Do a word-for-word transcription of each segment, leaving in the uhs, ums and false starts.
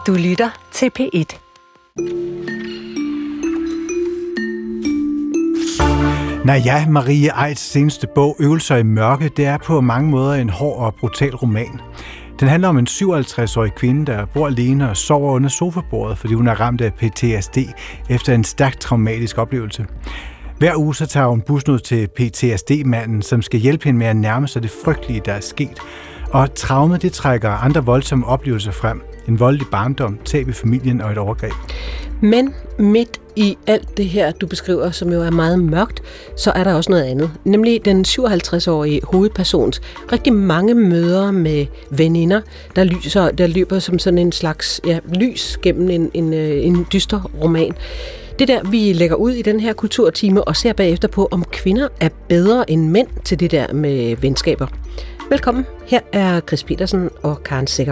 Du lytter til P et. Naja, Marie Aidts seneste bog, Øvelser i mørke, det er på mange måder en hård og brutal roman. Den handler om en syvoghalvtreds-årig kvinde, der bor alene og sover under sofabordet, fordi hun er ramt af P T S D efter en stærkt traumatisk oplevelse. Hver uge så tager hun bussen ud til P T S D-manden, som skal hjælpe hende med at nærme sig det frygtelige, der er sket. Og traumet, det trækker andre voldsomme oplevelser frem. En voldelig barndom, tab i familien og et overgreb. Men midt i alt det her, du beskriver, som jo er meget mørkt, så er der også noget andet. Nemlig den syvoghalvtreds-årige hovedpersons rigtig mange møder med veninder, der, lyser, der løber som sådan en slags ja, lys gennem en, en, en dyster roman. Det der, vi lægger ud i den her kulturtime og ser bagefter på, om kvinder er bedre end mænd til det der med venskaber. Velkommen. Her er Chris Petersen og Karen Secher.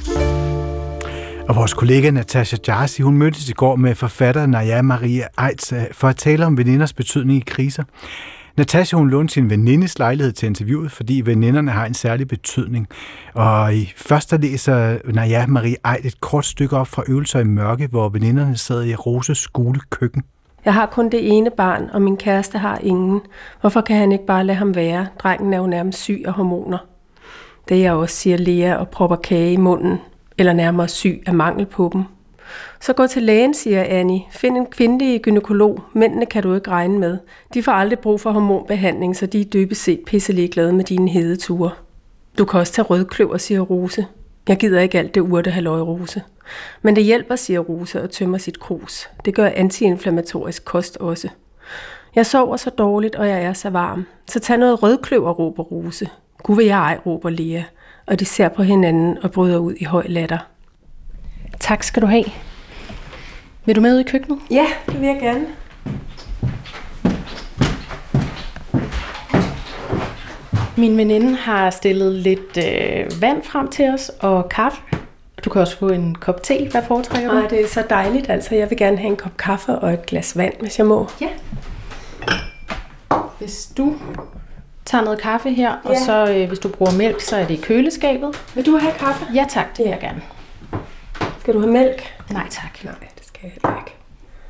Og vores kollega Natasha Jarsi, hun mødtes i går med forfatter Naja Marie Aidts for at tale om veninders betydning i kriser. Natasha, hun lånte sin venindes lejlighed til interviewet, fordi veninderne har en særlig betydning. Og i første læser Naja Marie Aidt et kort stykke op fra Øvelser i mørke, hvor veninderne sad i Roses gule køkken. Jeg har kun det ene barn, og min kæreste har ingen. Hvorfor kan han ikke bare lade ham være? Drengen er jo nærmest syg af hormoner. Det jeg også siger Lea og propper kage i munden, eller nærmere syg af mangel på dem. Så gå til lægen, siger Annie. Find en kvindelig gynekolog. Mændene kan du ikke regne med. De får aldrig brug for hormonbehandling, så de er dybest set pisselig glade med dine hedeture. Du kan også tage rødkløver, siger Rose. Jeg gider ikke alt det urtehalløj, Rose. Men det hjælper, siger Rose og tømmer sit krus. Det gør antiinflammatorisk kost også. Jeg sover så dårligt, og jeg er så varm. Så tag noget rødkløver, råber Rose. Gud vil jeg ej, råber Lea. Og de ser på hinanden og bryder ud i høj latter. Tak skal du have. Vil du med ud i køkkenet? Ja, det vil jeg gerne. Min veninde har stillet lidt øh, vand frem til os og kaffe. Du kan også få en kop te. Hvad foretrækker du? Nej, det er så dejligt. Altså, jeg vil gerne have en kop kaffe og et glas vand, hvis jeg må. Ja. Hvis du tager noget kaffe her, ja. Og så øh, hvis du bruger mælk, så er det i køleskabet. Vil du have kaffe? Ja tak, det vil jeg gerne. Skal du have mælk? Nej tak. Nej, det skal jeg heller ikke.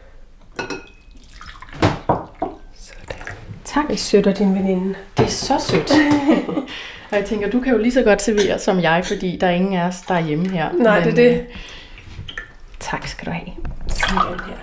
Sådan. Tak. Jeg søtter din veninde. Det er så sødt. Og jeg tænker, du kan jo lige så godt servere som jeg, fordi der er ingen af os, der er hjemme her. Nej, men, det er det. Tak skal du have. Sådan her.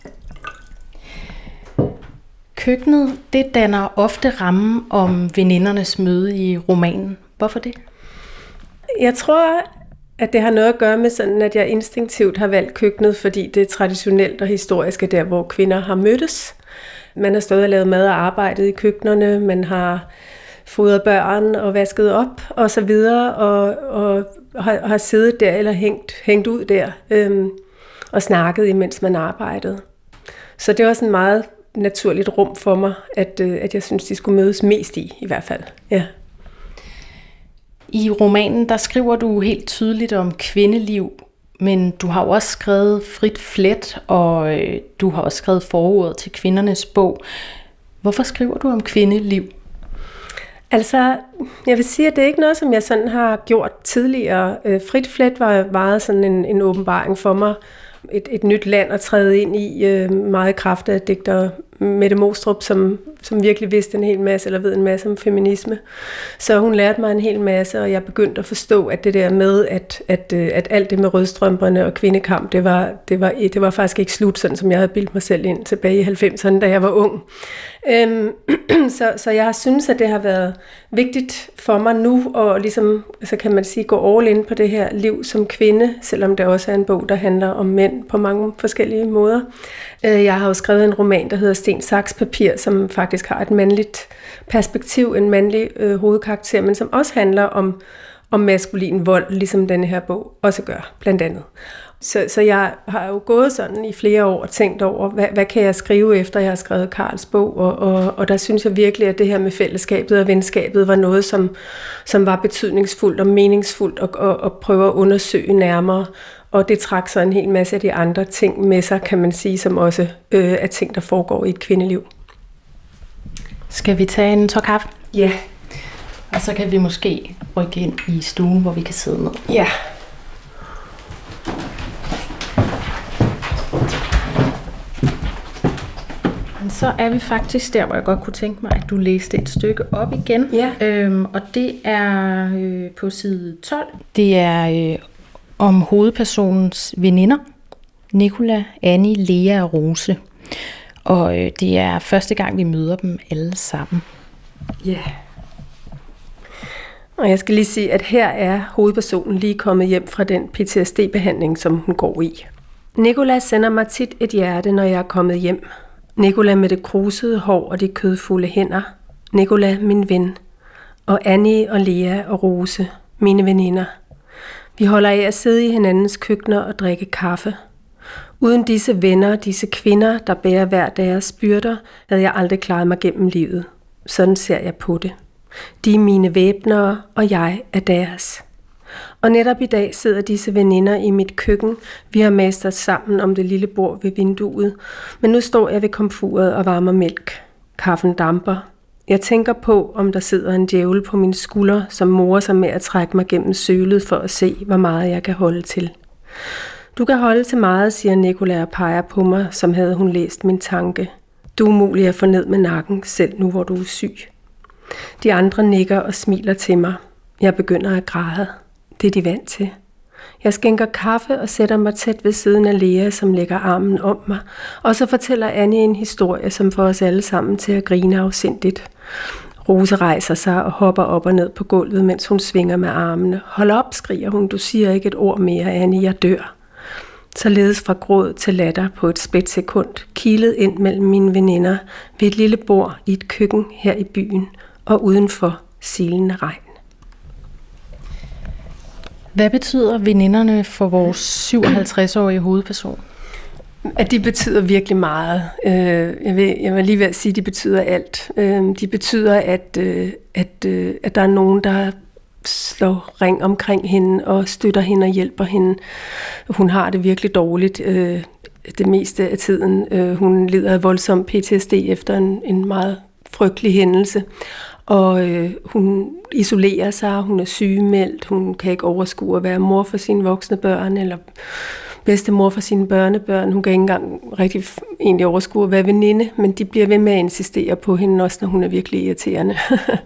Køkkenet, det danner ofte rammen om venindernes møde i romanen. Hvorfor det? Jeg tror, at det har noget at gøre med sådan, at jeg instinktivt har valgt køkkenet, fordi det er traditionelt og historisk er der, hvor kvinder har mødtes. Man har stået og lavet mad og arbejdet i køkkenerne, man har fodret børn og vasket op og så videre, og, og har, har siddet der eller hængt, hængt ud der øhm, og snakket, imens man arbejdede. Så det var sådan meget naturligt rum for mig, at, at jeg synes, de skulle mødes mest i, i hvert fald. Ja. I romanen, der skriver du helt tydeligt om kvindeliv, men du har jo også skrevet frit flet, og øh, du har også skrevet forordet til kvindernes bog. Hvorfor skriver du om kvindeliv? Altså, jeg vil sige, at det er ikke noget, som jeg sådan har gjort tidligere. Frit flet var meget sådan en, en åbenbaring for mig. Et, et nyt land at træde ind i, øh, meget kraft af digter Mette Mostrup, som, som virkelig vidste en hel masse, eller ved en masse om feminisme. Så hun lærte mig en hel masse, og jeg begyndte at forstå, at det der med, at, at, at alt det med rødstrømperne og kvindekamp, det var, det, var, det var faktisk ikke slut, sådan som jeg havde bildt mig selv ind tilbage i halvfemserne, da jeg var ung. Øhm, så, så jeg synes, at det har været vigtigt for mig nu, og ligesom, så kan man sige, gå all in på det her liv som kvinde, selvom det også er en bog, der handler om mænd på mange forskellige måder. Jeg har jo skrevet en roman, der hedder Sten, Saks, Papir, som faktisk har et mandligt perspektiv, en mandlig øh, hovedkarakter, men som også handler om, om maskulin vold, ligesom denne her bog også gør, blandt andet. Så, så jeg har jo gået sådan i flere år og tænkt over, hvad, hvad kan jeg skrive efter, jeg har skrevet Karls bog, og, og, og der synes jeg virkelig, at det her med fællesskabet og venskabet var noget, som, som var betydningsfuldt og meningsfuldt og, og, og prøve at undersøge nærmere. Og det trak så en hel masse af de andre ting med sig, kan man sige, som også øh, er ting, der foregår i et kvindeliv. Skal vi tage en tår kaffe? Ja. Og så kan vi måske rykke ind i stuen, hvor vi kan sidde ned. Ja. så er vi faktisk der, hvor jeg godt kunne tænke mig, at du læste et stykke op igen. Ja. Øhm, og det er øh, på side tolv. Det er øh, om hovedpersonens veninder. Nicola, Annie, Lea og Rose. Og øh, det er første gang, vi møder dem alle sammen. Ja. Yeah. Og jeg skal lige sige, at her er hovedpersonen lige kommet hjem fra den P T S D-behandling, som hun går i. Nicola sender mig tit et hjerte, når jeg er kommet hjem. Nicola med det krusede hår og de kødfulde hænder. Nicola, min ven. Og Annie og Lea og Rose, mine veninder. Vi holder af at sidde i hinandens køkkener og drikke kaffe. Uden disse venner, disse kvinder, der bærer hver deres byrder, havde jeg aldrig klaret mig gennem livet. Sådan ser jeg på det. De er mine væbnere, og jeg er deres. Og netop i dag sidder disse veninder i mit køkken. Vi har mastret sammen om det lille bord ved vinduet, men nu står jeg ved komfuret og varmer mælk. Kaffen damper. Jeg tænker på, om der sidder en djævel på mine skuldre, som morer sig med at trække mig gennem sølet for at se, hvor meget jeg kan holde til. Du kan holde til meget, siger Nicola og peger på mig, som havde hun læst min tanke. Du er umulig at få ned med nakken, selv nu hvor du er syg. De andre nikker og smiler til mig. Jeg begynder at græde. Det er de vant til. Jeg skænker kaffe og sætter mig tæt ved siden af Lea, som lægger armen om mig, og så fortæller Annie en historie, som får os alle sammen til at grine afsindigt. Rose rejser sig og hopper op og ned på gulvet, mens hun svinger med armene. Hold op, skriger hun, du siger ikke et ord mere, Annie, jeg dør. Således fra gråd til latter på et splitsekund, kilet ind mellem mine veninder ved et lille bord i et køkken her i byen, og udenfor silende regn. Hvad betyder veninderne for vores syvoghalvtreds-årige hovedperson? At de betyder virkelig meget. Jeg vil, jeg vil lige ved at sige, at de betyder alt. De betyder, at, at, at der er nogen, der slår ring omkring hende og støtter hende og hjælper hende. Hun har det virkelig dårligt det meste af tiden. Hun lider af voldsom P T S D efter en, en meget frygtelig hændelse. Og øh, hun isolerer sig, hun er sygemeldt, hun kan ikke overskue at være mor for sine voksne børn, eller bedstemor for sine børnebørn. Hun kan ikke engang rigtig egentlig overskue at være veninde, men de bliver ved med at insistere på hende, også når hun er virkelig irriterende.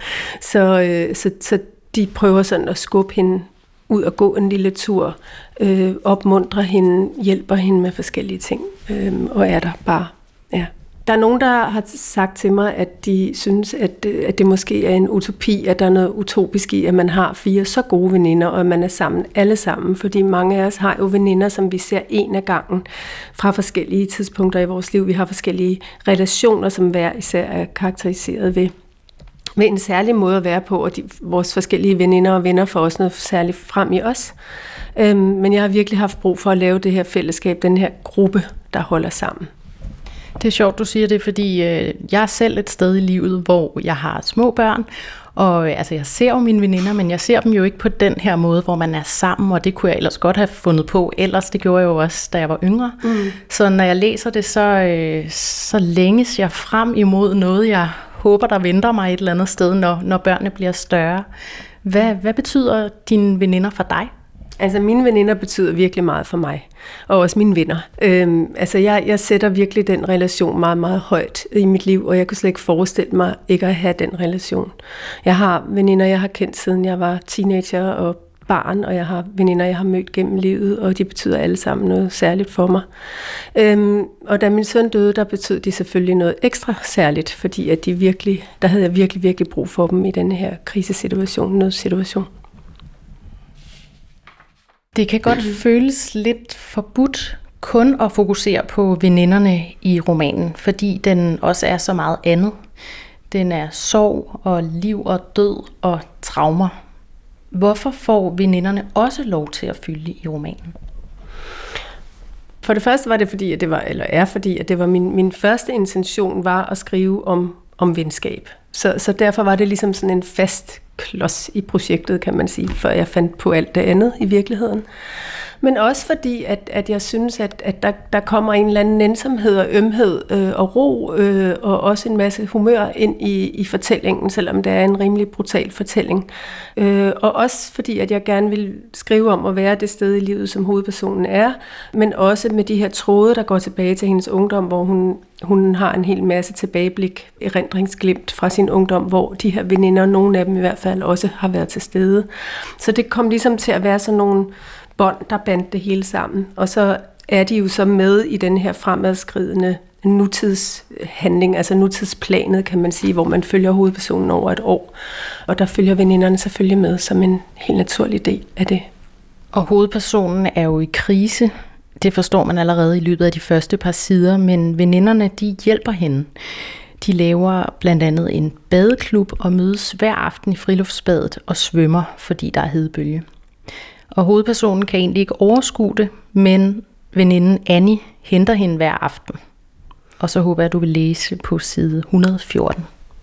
så, øh, så, så de prøver sådan at skubbe hende ud og gå en lille tur, øh, opmuntrer hende, hjælper hende med forskellige ting, øh, og er der bare, ja. Der er nogen, der har sagt til mig, at de synes, at, at det måske er en utopi, at der er noget utopisk i, at man har fire så gode veninder, og at man er sammen alle sammen. Fordi mange af os har jo veninder, som vi ser en af gangen fra forskellige tidspunkter i vores liv. Vi har forskellige relationer, som hver især er karakteriseret ved, ved en særlig måde at være på, og de, vores forskellige veninder og venner får også noget særligt frem i os. Øhm, men jeg har virkelig haft brug for at lave det her fællesskab, den her gruppe, der holder sammen. Det er sjovt, du siger det, fordi øh, jeg er selv et sted i livet, hvor jeg har små børn, og øh, altså, jeg ser jo mine veninder, men jeg ser dem jo ikke på den her måde, hvor man er sammen, og det kunne jeg ellers godt have fundet på, ellers det gjorde jeg jo også, da jeg var yngre. Mm. Så når jeg læser det, så, øh, så længes jeg frem imod noget, jeg håber, der venter mig et eller andet sted, når, når børnene bliver større. Hvad, hvad betyder dine veninder for dig? Altså mine veninder betyder virkelig meget for mig, og også mine venner. Øhm, altså jeg, jeg sætter virkelig den relation meget, meget højt i mit liv, og jeg kunne slet ikke forestille mig ikke at have den relation. Jeg har veninder, jeg har kendt siden jeg var teenager og barn, og jeg har veninder, jeg har mødt gennem livet, og de betyder alle sammen noget særligt for mig. Øhm, og da min søn døde, der betød de selvfølgelig noget ekstra særligt, fordi at de virkelig, der havde jeg virkelig, virkelig brug for dem i denne her krisesituation, nødsituation. Det kan godt føles lidt forbudt kun at fokusere på veninderne i romanen, fordi den også er så meget andet. Den er sorg og liv og død og traumer. Hvorfor får veninderne også lov til at fylde i romanen? For det første var det fordi, at det var, eller er fordi, at det var min, min første intention var at skrive om, om venskab. Så, så derfor var det ligesom sådan en fast klods i projektet, kan man sige, før jeg fandt på alt det andet i virkeligheden. Men også fordi, at, at jeg synes, at, at der, der kommer en eller anden nænsomhed og ømhed øh, og ro, øh, og også en masse humør ind i, i fortællingen, selvom det er en rimelig brutal fortælling. Øh, og også fordi, at jeg gerne vil skrive om at være det sted i livet, som hovedpersonen er, men også med de her tråde, der går tilbage til hendes ungdom, hvor hun hun har en hel masse tilbageblik, erindringsglimt fra sin ungdom, hvor de her veninder, nogle af dem i hvert fald, også har været til stede. Så det kom ligesom til at være sådan nogle bånd, der bandt det hele sammen. Og så er de jo så med i den her fremadskridende nutidshandling, altså nutidsplanet, kan man sige, hvor man følger hovedpersonen over et år. Og der følger veninderne selvfølgelig med som en helt naturlig del af det. Og hovedpersonen er jo i krise. Det forstår man allerede i løbet af de første par sider, men veninderne, de hjælper hende. De laver blandt andet en badeklub og mødes hver aften i friluftsbadet og svømmer, fordi der er hedebølge. Og hovedpersonen kan egentlig ikke overskue det, men veninden Annie henter hende hver aften. Og så håber jeg, at du vil læse på side et hundrede og fjorten.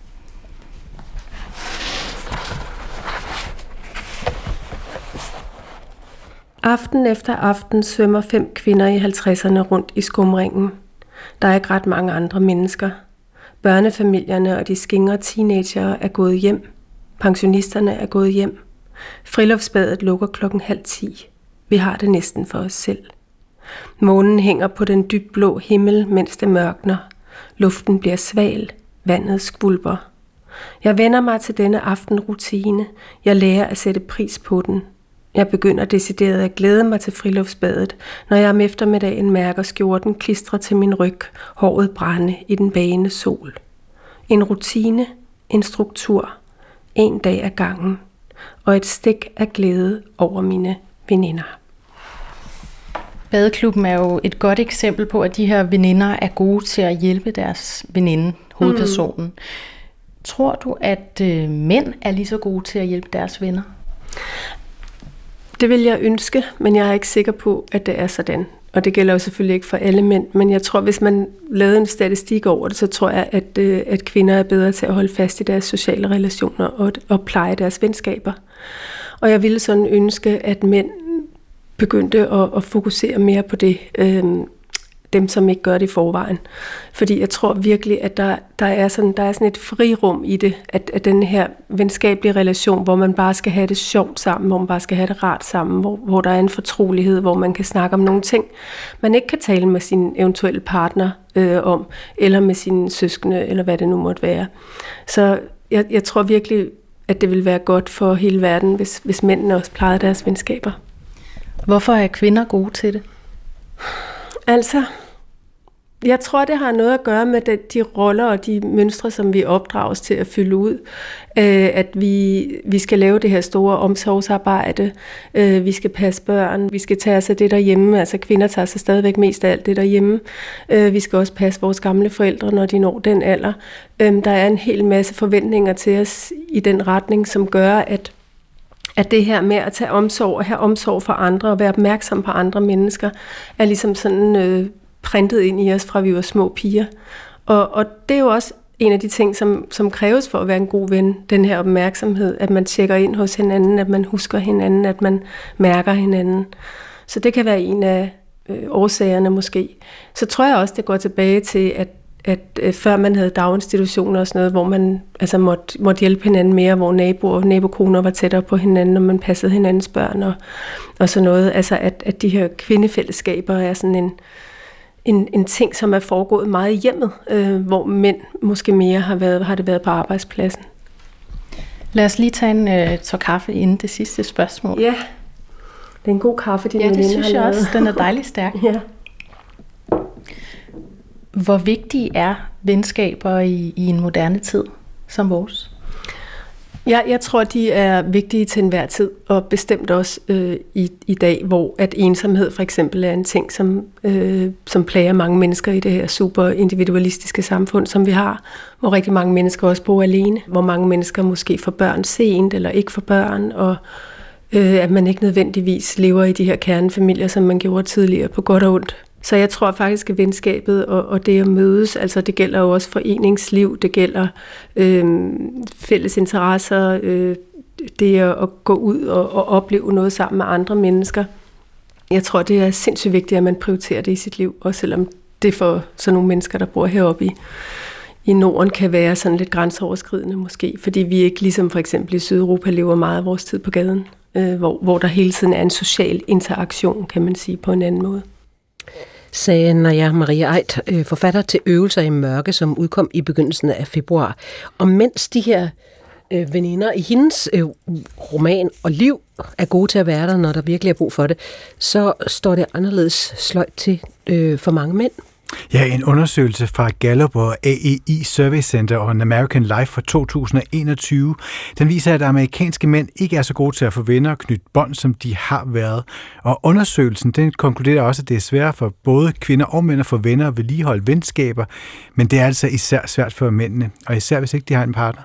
Aften efter aften svømmer fem kvinder i halvtredserne rundt i skumringen. Der er ikke ret mange andre mennesker. Børnefamilierne og de skingre teenagere er gået hjem. Pensionisterne er gået hjem. Friluftsbadet lukker klokken halv ti. Vi har det næsten for os selv. Månen hænger på den dybblå himmel, mens det mørkner. Luften bliver sval. Vandet skvulper. Jeg vender mig til denne aftenrutine. Jeg lærer at sætte pris på den. Jeg begynder decideret at glæde mig til friluftsbadet, når jeg om eftermiddagen mærker skjorten klistre til min ryg, håret brænde i den bagende sol. En rutine, en struktur, en dag ad gangen, og et stik af glæde over mine veninder. Badeklubben er jo et godt eksempel på, at de her veninder er gode til at hjælpe deres veninde, hovedpersonen. Mm. Tror du, at øh, mænd er lige så gode til at hjælpe deres venner? Det vil jeg ønske, men jeg er ikke sikker på, at det er sådan. Og det gælder jo selvfølgelig ikke for alle mænd, men jeg tror, hvis man lavede en statistik over det, så tror jeg, at, at kvinder er bedre til at holde fast i deres sociale relationer og, og pleje deres venskaber. Og jeg ville sådan ønske, at mænd begyndte at, at fokusere mere på det, øh, dem som ikke gør det i forvejen. Fordi jeg tror virkelig, at der, der, er, sådan, der er sådan et frirum i det, at, at den her venskabelige relation, hvor man bare skal have det sjovt sammen, hvor man bare skal have det rart sammen, hvor, hvor der er en fortrolighed, hvor man kan snakke om nogle ting, man ikke kan tale med sin eventuelle partner øh, om, eller med sine søskende, eller hvad det nu måtte være. Så jeg, jeg tror virkelig, at det vil være godt for hele verden, hvis, hvis mændene også plejede deres venskaber. Hvorfor er kvinder gode til det? Altså, jeg tror, det har noget at gøre med de, de roller og de mønstre, som vi opdrages til at fylde ud. Øh, at vi, vi skal lave det her store omsorgsarbejde, øh, vi skal passe børn, vi skal tage os af det derhjemme, altså kvinder tager sig stadigvæk mest af alt det derhjemme. Øh, vi skal også passe vores gamle forældre, når de når den alder. Øh, der er en hel masse forventninger til os i den retning, som gør, at at det her med at tage omsorg og have omsorg for andre og være opmærksom på andre mennesker, er ligesom sådan øh, printet ind i os, fra vi var små piger. Og, og det er jo også en af de ting, som, som kræves for at være en god ven, den her opmærksomhed, at man tjekker ind hos hinanden, at man husker hinanden, at man mærker hinanden. Så det kan være en af øh, årsagerne måske. Så tror jeg også, det går tilbage til, at at øh, før man havde daginstitutioner og sådan noget, hvor man altså måtte, måtte hjælpe hinanden mere, hvor naboer og nabokoner var tættere på hinanden, og man passede hinandens børn og, og sådan noget. Altså at, at de her kvindefællesskaber er sådan en, en, en ting, som er foregået meget i hjemmet, øh, hvor mænd måske mere har, været, har det været på arbejdspladsen. Lad os lige tage en øh, tår kaffe inden det sidste spørgsmål. Ja, det er en god kaffe, din veninde har lavet. Ja, det synes jeg også. Den er dejligt stærk. Ja. Hvor vigtige er venskaber i, i en moderne tid som vores? Ja, jeg tror, de er vigtige til enhver tid, og bestemt også øh, i, i dag, hvor at ensomhed for eksempel er en ting, som, øh, som plager mange mennesker i det her super individualistiske samfund, som vi har, hvor rigtig mange mennesker også bor alene, hvor mange mennesker måske får børn sent eller ikke får børn, og øh, at man ikke nødvendigvis lever i de her kernefamilier, som man gjorde tidligere, på godt og ondt. Så jeg tror faktisk, at venskabet og, og det at mødes, altså det gælder jo også foreningsliv, det gælder øh, fælles interesser, øh, det at, at gå ud og, og opleve noget sammen med andre mennesker. Jeg tror, det er sindssygt vigtigt, at man prioriterer det i sit liv, også selvom det for sådan nogle mennesker, der bor heroppe i, i Norden, kan være sådan lidt grænseoverskridende måske, fordi vi ikke ligesom for eksempel i Sydeuropa lever meget af vores tid på gaden, øh, hvor, hvor der hele tiden er en social interaktion, kan man sige, på en anden måde. sagde Naja Marie Aidt, forfatter til Øvelser i mørke, som udkom i begyndelsen af februar. Og mens de her øh, veninder i hendes øh, roman og liv er gode til at være der, når der virkelig er brug for det, så står det anderledes sløjt til øh, for mange mænd. Ja, en undersøgelse fra Gallup og A E I Survey Center og American Life fra to tusind og enogtyve, den viser, at amerikanske mænd ikke er så gode til at få venner og knytte bånd, som de har været. Og undersøgelsen, den konkluderer også, at det er svært for både kvinder og mænd at få venner og vedligeholde venskaber, men det er altså især svært for mændene, og især hvis ikke de har en partner.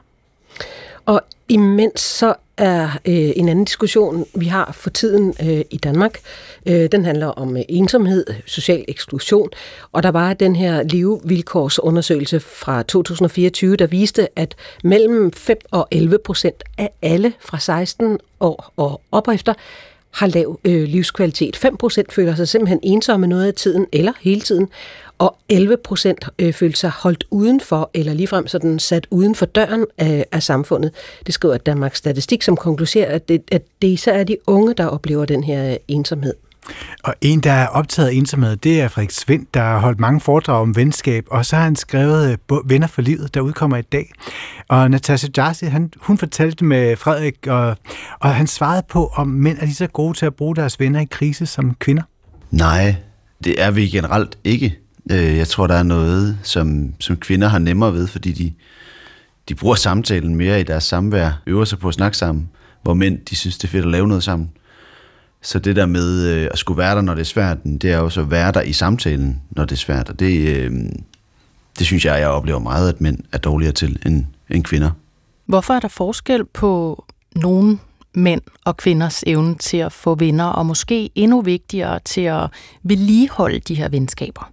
Og imens så er øh, en anden diskussion, vi har for tiden øh, i Danmark. Øh, den handler om øh, ensomhed, social eksklusion, og der var den her levevilkårsundersøgelse fra to tusind og fireogtyve, der viste, at mellem fem og elleve procent af alle fra seksten år og op efter har lav øh, livskvalitet. fem procent føler sig simpelthen ensomme noget af tiden, eller hele tiden, og elleve procent øh, føler sig holdt udenfor, eller ligefrem sådan sat uden for døren af, af samfundet. Det skriver Danmarks Statistik, som konkluderer, at det, at det især er de unge, der oplever den her ensomhed. Og en, der er optaget af ensomhed, det er Frederik Svind, der har holdt mange foredrag om venskab, og så har han skrevet Venner for livet, der udkommer i dag. Og Natasha Jarsi, han, hun fortalte med Frederik, og, og han svarede på, om mænd er lige så gode til at bruge deres venner i krise som kvinder. Nej, det er vi generelt ikke. Jeg tror, der er noget, som, som kvinder har nemmere ved, fordi de, de bruger samtalen mere i deres samvær, øver sig på at snakke sammen, hvor mænd, de synes, det er fedt at lave noget sammen. Så det der med øh, at skulle være der, når det er svært, det er også at være der i samtalen, når det er svært. Og det, øh, det synes jeg, jeg oplever meget, at mænd er dårligere til end, end kvinder. Hvorfor er der forskel på nogle mænd og kvinders evne til at få venner, og måske endnu vigtigere til at vedligeholde de her venskaber?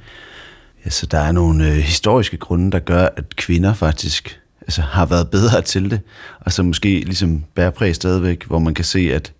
Ja, så der er nogle øh, historiske grunde, der gør, at kvinder faktisk altså, har været bedre til det, og så måske ligesom bærer præg stadigvæk, hvor man kan se, at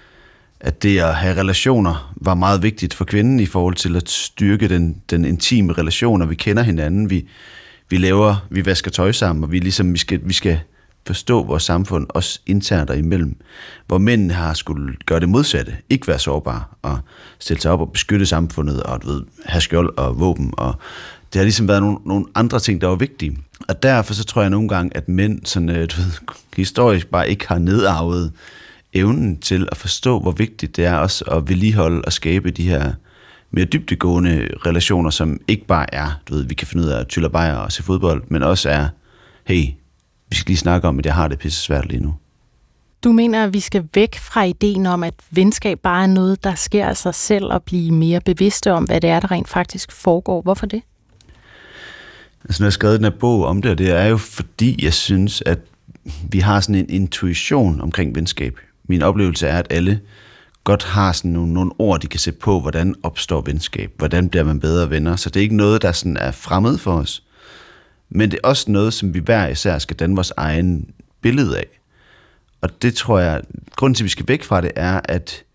at det at have relationer var meget vigtigt for kvinden i forhold til at styrke den, den intime relation, og vi kender hinanden, vi, vi laver, vi vasker tøj sammen, og vi, ligesom, vi, skal, vi skal forstå vores samfund, også internt og imellem, hvor mænd har skulle gøre det modsatte, ikke være sårbare, og stille sig op og beskytte samfundet, og du ved, have skjold og våben, og det har ligesom været nogle, nogle andre ting, der var vigtige. Og derfor så tror jeg nogle gange, at mænd sådan, du ved, historisk bare ikke har nedarvet evnen til at forstå, hvor vigtigt det er også at vedligeholde og skabe de her mere dybdegående relationer, som ikke bare er, du ved, vi kan finde ud af at tylle bajer og se fodbold, men også er, hey, vi skal lige snakke om, at jeg har det pisse svært lige nu. Du mener, at vi skal væk fra ideen om, at venskab bare er noget, der sker af sig selv, og blive mere bevidste om, hvad det er, der rent faktisk foregår. Hvorfor det? Altså, når jeg har skrevet den her bog om det, og det er jo fordi, jeg synes, at vi har sådan en intuition omkring venskab. Min oplevelse er, at alle godt har sådan nogle, nogle ord, de kan sætte på, hvordan opstår venskab, hvordan bliver man bedre venner. Så det er ikke noget, der sådan er fremmed for os. Men det er også noget, som vi hver især skal danne vores egen billede af. Og det tror jeg, grunden til, at vi skal væk fra det, er, at,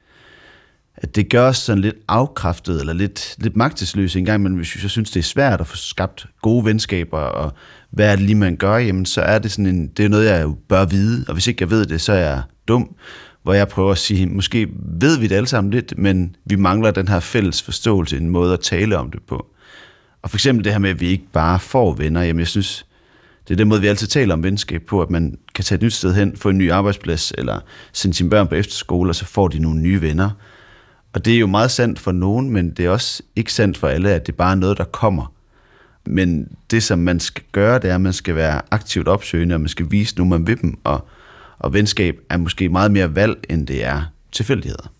at det gør os sådan lidt afkræftet, eller lidt, lidt magtesløse en gang, men hvis jeg synes, det er svært at få skabt gode venskaber, og hvad er det lige, man gør, jamen, så er det sådan en, det er noget, jeg jo bør vide, og hvis ikke jeg ved det, så er jeg dum, hvor jeg prøver at sige, måske ved vi det alle sammen lidt, men vi mangler den her fælles forståelse, en måde at tale om det på. Og for eksempel det her med, at vi ikke bare får venner, jamen jeg synes, det er den måde, vi altid taler om venskab på, at man kan tage et nyt sted hen, få en ny arbejdsplads, eller sende sine børn på efterskole, og så får de nogle nye venner. Og det er jo meget sandt for nogen, men det er også ikke sandt for alle, at det bare er noget, der kommer. Men det, som man skal gøre, det er, at man skal være aktivt opsøgende, og man skal vise nu, man vil dem, og, og venskab er måske meget mere valg, end det er tilfældigheder.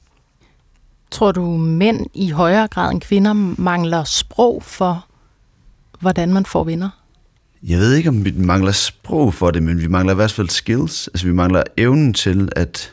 Tror du, mænd i højere grad end kvinder mangler sprog for, hvordan man får venner? Jeg ved ikke, om vi mangler sprog for det, men vi mangler i hvert fald skills. Altså, vi mangler evnen til at,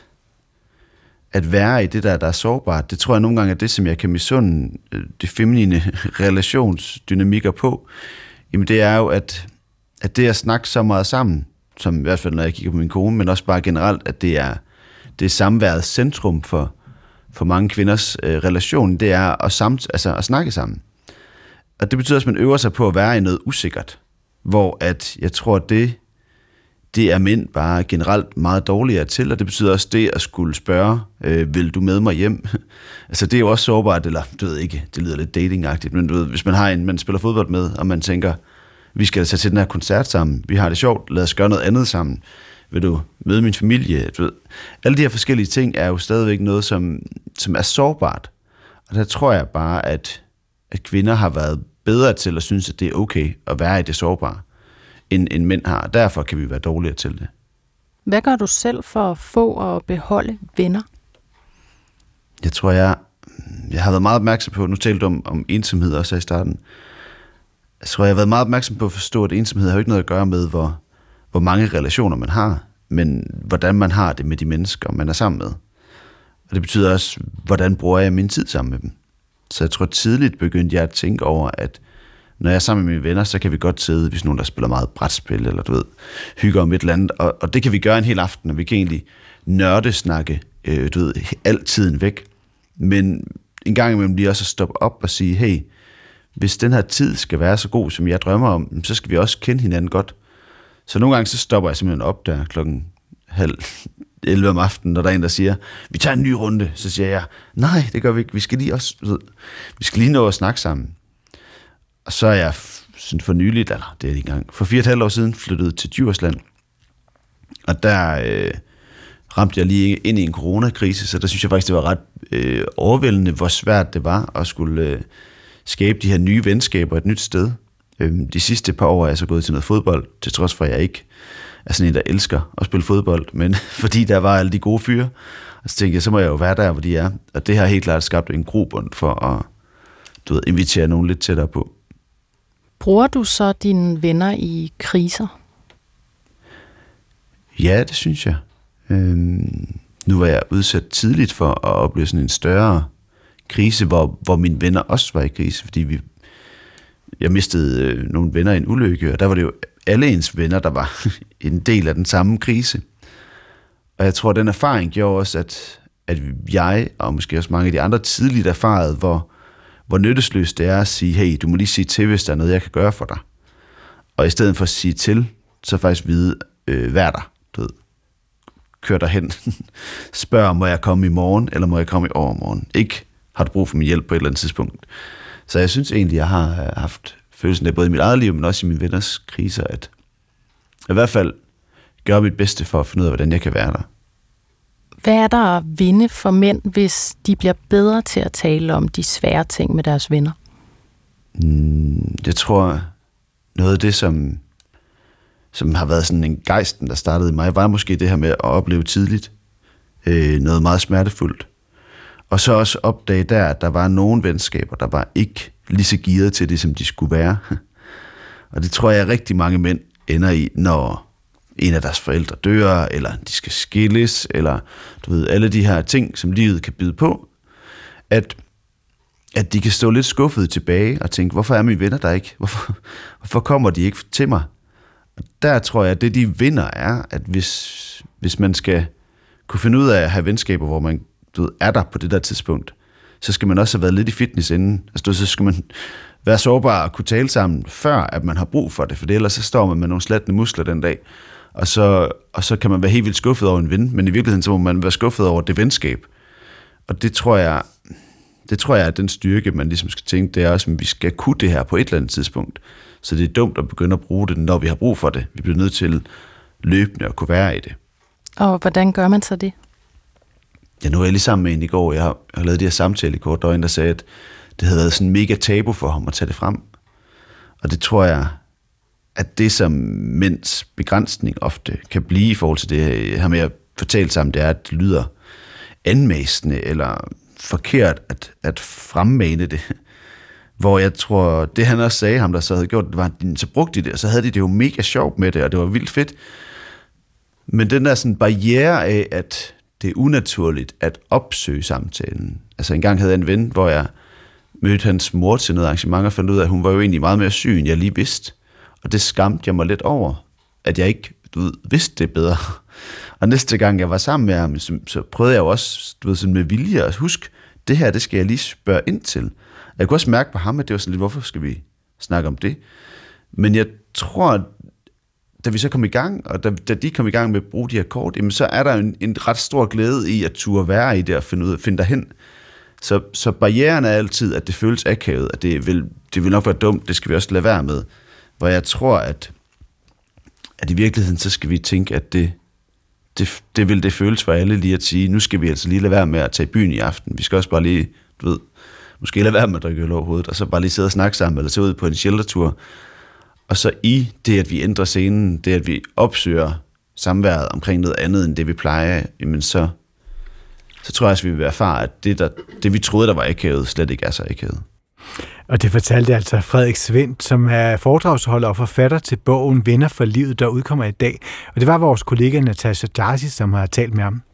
at være i det, der, der er sårbart. Det tror jeg nogle gange er det, som jeg kan misunde det feminine relationsdynamikker på. Jamen, det er jo, at, at det at snakke så meget sammen, som i hvert fald, når jeg kigger på min kone, men også bare generelt, at det er, det er samværets centrum for, for mange kvinders øh, relation, det er at, samt, altså at snakke sammen. Og det betyder også, at man øver sig på at være i noget usikkert. Hvor at jeg tror, at det, det er mænd bare generelt meget dårligere til, og det betyder også det at skulle spørge, øh, vil du med mig hjem? Altså det er jo også sårbart, eller du ved ikke, det lyder lidt datingagtigt, men du ved, hvis man har en, man spiller fodbold med, og man tænker, vi skal tage til den her koncert sammen, vi har det sjovt, lad os gøre noget andet sammen, vil du møde min familie? Du ved, alle de her forskellige ting er jo stadigvæk noget, som, som er sårbart, og der tror jeg bare, at, at kvinder har været bedre til at synes, at det er okay at være i det sårbare, end, end mænd har. Derfor kan vi være dårligere til det. Hvad gør du selv for at få og beholde venner? Jeg tror, jeg, jeg har været meget opmærksom på, nu talte du om, om ensomhed også i starten. Jeg tror, jeg har været meget opmærksom på at forstå, at ensomhed har jo ikke noget at gøre med, hvor, hvor mange relationer man har, men hvordan man har det med de mennesker, man er sammen med. Og det betyder også, hvordan bruger jeg min tid sammen med dem. Så jeg tror, tidligt begyndte jeg at tænke over, at når jeg er sammen med mine venner, så kan vi godt sidde, hvis nogen der spiller meget brætspil, eller du ved, hygger om et eller andet, og, og det kan vi gøre en hel aften, og vi kan egentlig nørdesnakke, øh, du ved, altiden væk. Men en gang imellem lige også at stoppe op og sige, hey, hvis den her tid skal være så god, som jeg drømmer om, så skal vi også kende hinanden godt. Så nogle gange så stopper jeg simpelthen op der klokken halv elleve om aftenen, når der er en, der siger, vi tager en ny runde. Så siger jeg, nej, det gør vi ikke. Vi skal lige også, ved, vi skal lige nå at snakke sammen. Og så er jeg sådan for nyligt, eller det er ikke engang, for fire og et halvt år siden flyttet til Djursland. Og der øh, ramte jeg lige ind i en coronakrise, så der synes jeg faktisk, det var ret øh, overvældende, hvor svært det var at skulle øh, skabe de her nye venskaber et nyt sted. Øh, de sidste par år er jeg så gået til noget fodbold, til trods for, at jeg ikke er sådan en, der elsker at spille fodbold, men fordi der var alle de gode fyre, og så tænkte jeg, så må jeg jo være der, hvor de er. Og det har helt klart skabt en grobund for at, du ved, invitere nogen lidt tættere på. Bruger du så dine venner i kriser? Ja, det synes jeg. Øhm, nu var jeg udsat tidligt for at opleve sådan en større krise, hvor, hvor mine venner også var i krise, fordi vi, jeg mistede øh, nogle venner i en ulykke, og der var det jo alle ens venner, der var en del af den samme krise. Og jeg tror, at den erfaring gjorde også, at, at jeg, og måske også mange af de andre tidligt erfarede, hvor, hvor nyttesløst det er at sige, hey, du må lige sige til, hvis der er noget, jeg kan gøre for dig. Og i stedet for at sige til, så faktisk vide, øh, hvad er der, du ved. Kør derhen. Spørg, må jeg komme i morgen, eller må jeg komme i overmorgen? Ikke, har du brug for min hjælp på et eller andet tidspunkt? Så jeg synes egentlig, jeg har haft følelsen af, både i mit eget liv, men også i mine venners kriser, at i hvert fald gøre mit bedste for at finde ud af, hvordan jeg kan være der. Hvad er der at vinde for mænd, hvis de bliver bedre til at tale om de svære ting med deres venner? Mm, jeg tror, noget af det, som, som har været sådan en gejsten, der startede i mig, var måske det her med at opleve tidligt øh, noget meget smertefuldt. Og så også opdage der, at der var nogle venskaber, der var ikke lige så gearet til det, som de skulle være. Og det tror jeg, rigtig mange mænd ender i, når en af deres forældre dør, eller de skal skilles, eller du ved, alle de her ting, som livet kan byde på, at, at de kan stå lidt skuffet tilbage og tænke, hvorfor er mine venner der ikke? Hvorfor, hvorfor kommer de ikke til mig? Og der tror jeg, at det de vinder er, at hvis, hvis man skal kunne finde ud af at have venskaber, hvor man du ved, er der på det der tidspunkt, så skal man også have været lidt i fitness inden. Altså, så skal man være sårbar og kunne tale sammen, før at man har brug for det, for ellers så står man med nogle slattende muskler den dag, og så, og så kan man være helt vildt skuffet over en ven, men i virkeligheden så må man være skuffet over det venskab. Og det tror jeg, det tror jeg er den styrke, man ligesom skal tænke, det er også, at vi skal kunne det her på et eller andet tidspunkt. Så det er dumt at begynde at bruge det, når vi har brug for det. Vi bliver nødt til løbende at kunne være i det. Og hvordan gør man så det? Ja, nu er jeg lige sammen med en i går, jeg har, jeg har lavet de her samtale i går, der var en, der sagde, at det havde været sådan mega tabu for ham at tage det frem. Og det tror jeg, at det som mænds begrænsning ofte kan blive i forhold til det, jeg har med at fortælle sammen, det er, at det lyder anmæsende eller forkert at, at fremmane det. Hvor jeg tror, det han også sagde ham, der så havde gjort, det var, at så brugte de det, og så havde de det jo mega sjovt med det, og det var vildt fedt. Men den der sådan barriere af, at det er unaturligt at opsøge samtalen. Altså engang havde jeg en ven, hvor jeg mødte hans mor til noget arrangement og fandt ud af, at hun var jo egentlig meget mere syg, end jeg lige vidste. Og det skamte jeg mig lidt over, at jeg ikke du ved, vidste det bedre. Og næste gang jeg var sammen med ham, så, så prøvede jeg jo også du ved, sådan med vilje at huske, det her, det skal jeg lige spørge ind til. Jeg kunne også mærke på ham, at det var sådan lidt, hvorfor skal vi snakke om det? Men jeg tror, da vi så kom i gang, og da, da de kom i gang med at bruge de her kort, jamen, så er der en, en ret stor glæde i at turde være i det og finde, ud, finde derhen. Så, så barrieren er altid, at det føles akavet, at det vil, det vil nok være dumt, det skal vi også lade være med. Hvor jeg tror, at, at i virkeligheden, så skal vi tænke, at det, det, det vil det føles for alle lige at sige, nu skal vi altså lige lade være med at tage i byen i aften. Vi skal også bare lige, du ved, måske lade være med at drikke øl over hovedet, og så bare lige sidde og snakke sammen, eller tage ud på en sheltertur. Og så i det, at vi ændrer scenen, det at vi opsøger samværet omkring noget andet, end det vi plejer, jamen så, så tror jeg, at vi vil erfare, at det, der, det vi troede, der var akavet, slet ikke er så akavet. Og det fortalte altså Frederik Svendt, som er foredragsholder og forfatter til bogen Venner for livet, der udkommer i dag. Og det var vores kollega Natasha Darcy, som har talt med ham.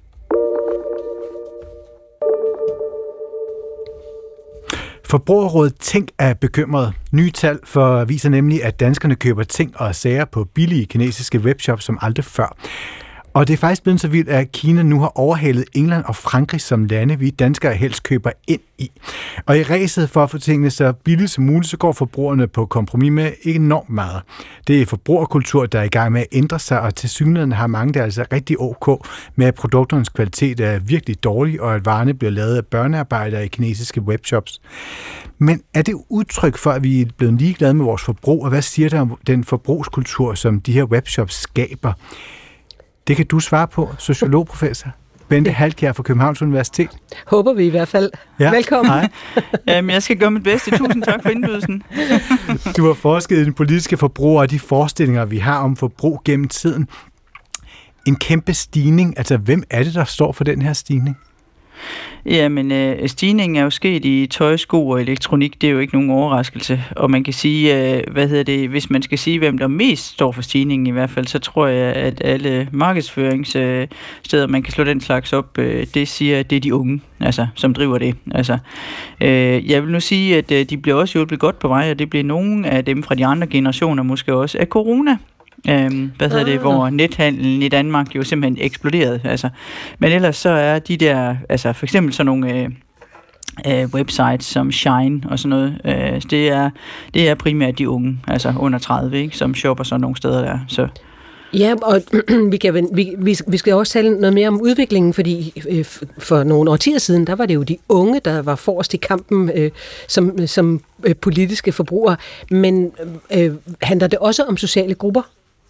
Forbrugerrådet Tænk er bekymret. Nye tal for viser nemlig, at danskerne køber ting og sager på billige kinesiske webshops som aldrig før. Og det er faktisk blevet så vildt, at Kina nu har overhalet England og Frankrig som lande, vi danskere helst køber ind i. Og i ræset for at få tingene så billigt som muligt, så går forbrugerne på kompromis med enormt meget. Det er forbrugerkultur, der er i gang med at ændre sig, og til synligheden har mange der altså rigtig ok med, at produkternes kvalitet er virkelig dårlig, og at varerne bliver lavet af børnearbejdere i kinesiske webshops. Men er det udtryk for, at vi er blevet ligeglade med vores forbrug, og hvad siger det om den forbrugskultur, som de her webshops skaber? Det kan du svare på, sociologprofessor Bente Halkjær fra Københavns Universitet. Håber vi i hvert fald. Ja. Velkommen. Hej. Jamen, jeg skal gøre mit bedste. Tusind tak for indbydelsen. Du har forsket i den politiske forbrug og de forestillinger, vi har om forbrug gennem tiden. En kæmpe stigning. Altså, hvem er det, der står for den her stigning? Jamen, øh, stigningen er jo sket i tøj, sko og elektronik. Det er jo ikke nogen overraskelse. Og man kan sige, øh, hvad hedder det, hvis man skal sige, hvem der mest står for stigningen i hvert fald, så tror jeg, at alle markedsføringssteder, man kan slå den slags op, øh, det siger, at det er de unge, altså, som driver det. Altså, øh, jeg vil nu sige, at øh, de bliver også hjulpet godt på vej, og det bliver nogle af dem fra de andre generationer måske også af corona. Øhm, hvad hedder det, hvor nethandlen i Danmark jo simpelthen eksploderede. Altså. Men ellers så er de der, altså for eksempel sådan nogle øh, øh, websites som Shine og sådan noget, øh, det, er, det er primært de unge, altså under tredive, ikke, som shopper sådan nogle steder der. Så. Ja, og vi, kan, vi, vi skal også tale noget mere om udviklingen, fordi øh, for nogle årtier siden, der var det jo de unge, der var forrest i kampen øh, som, som øh, politiske forbrugere. Men øh, handler det også om sociale grupper?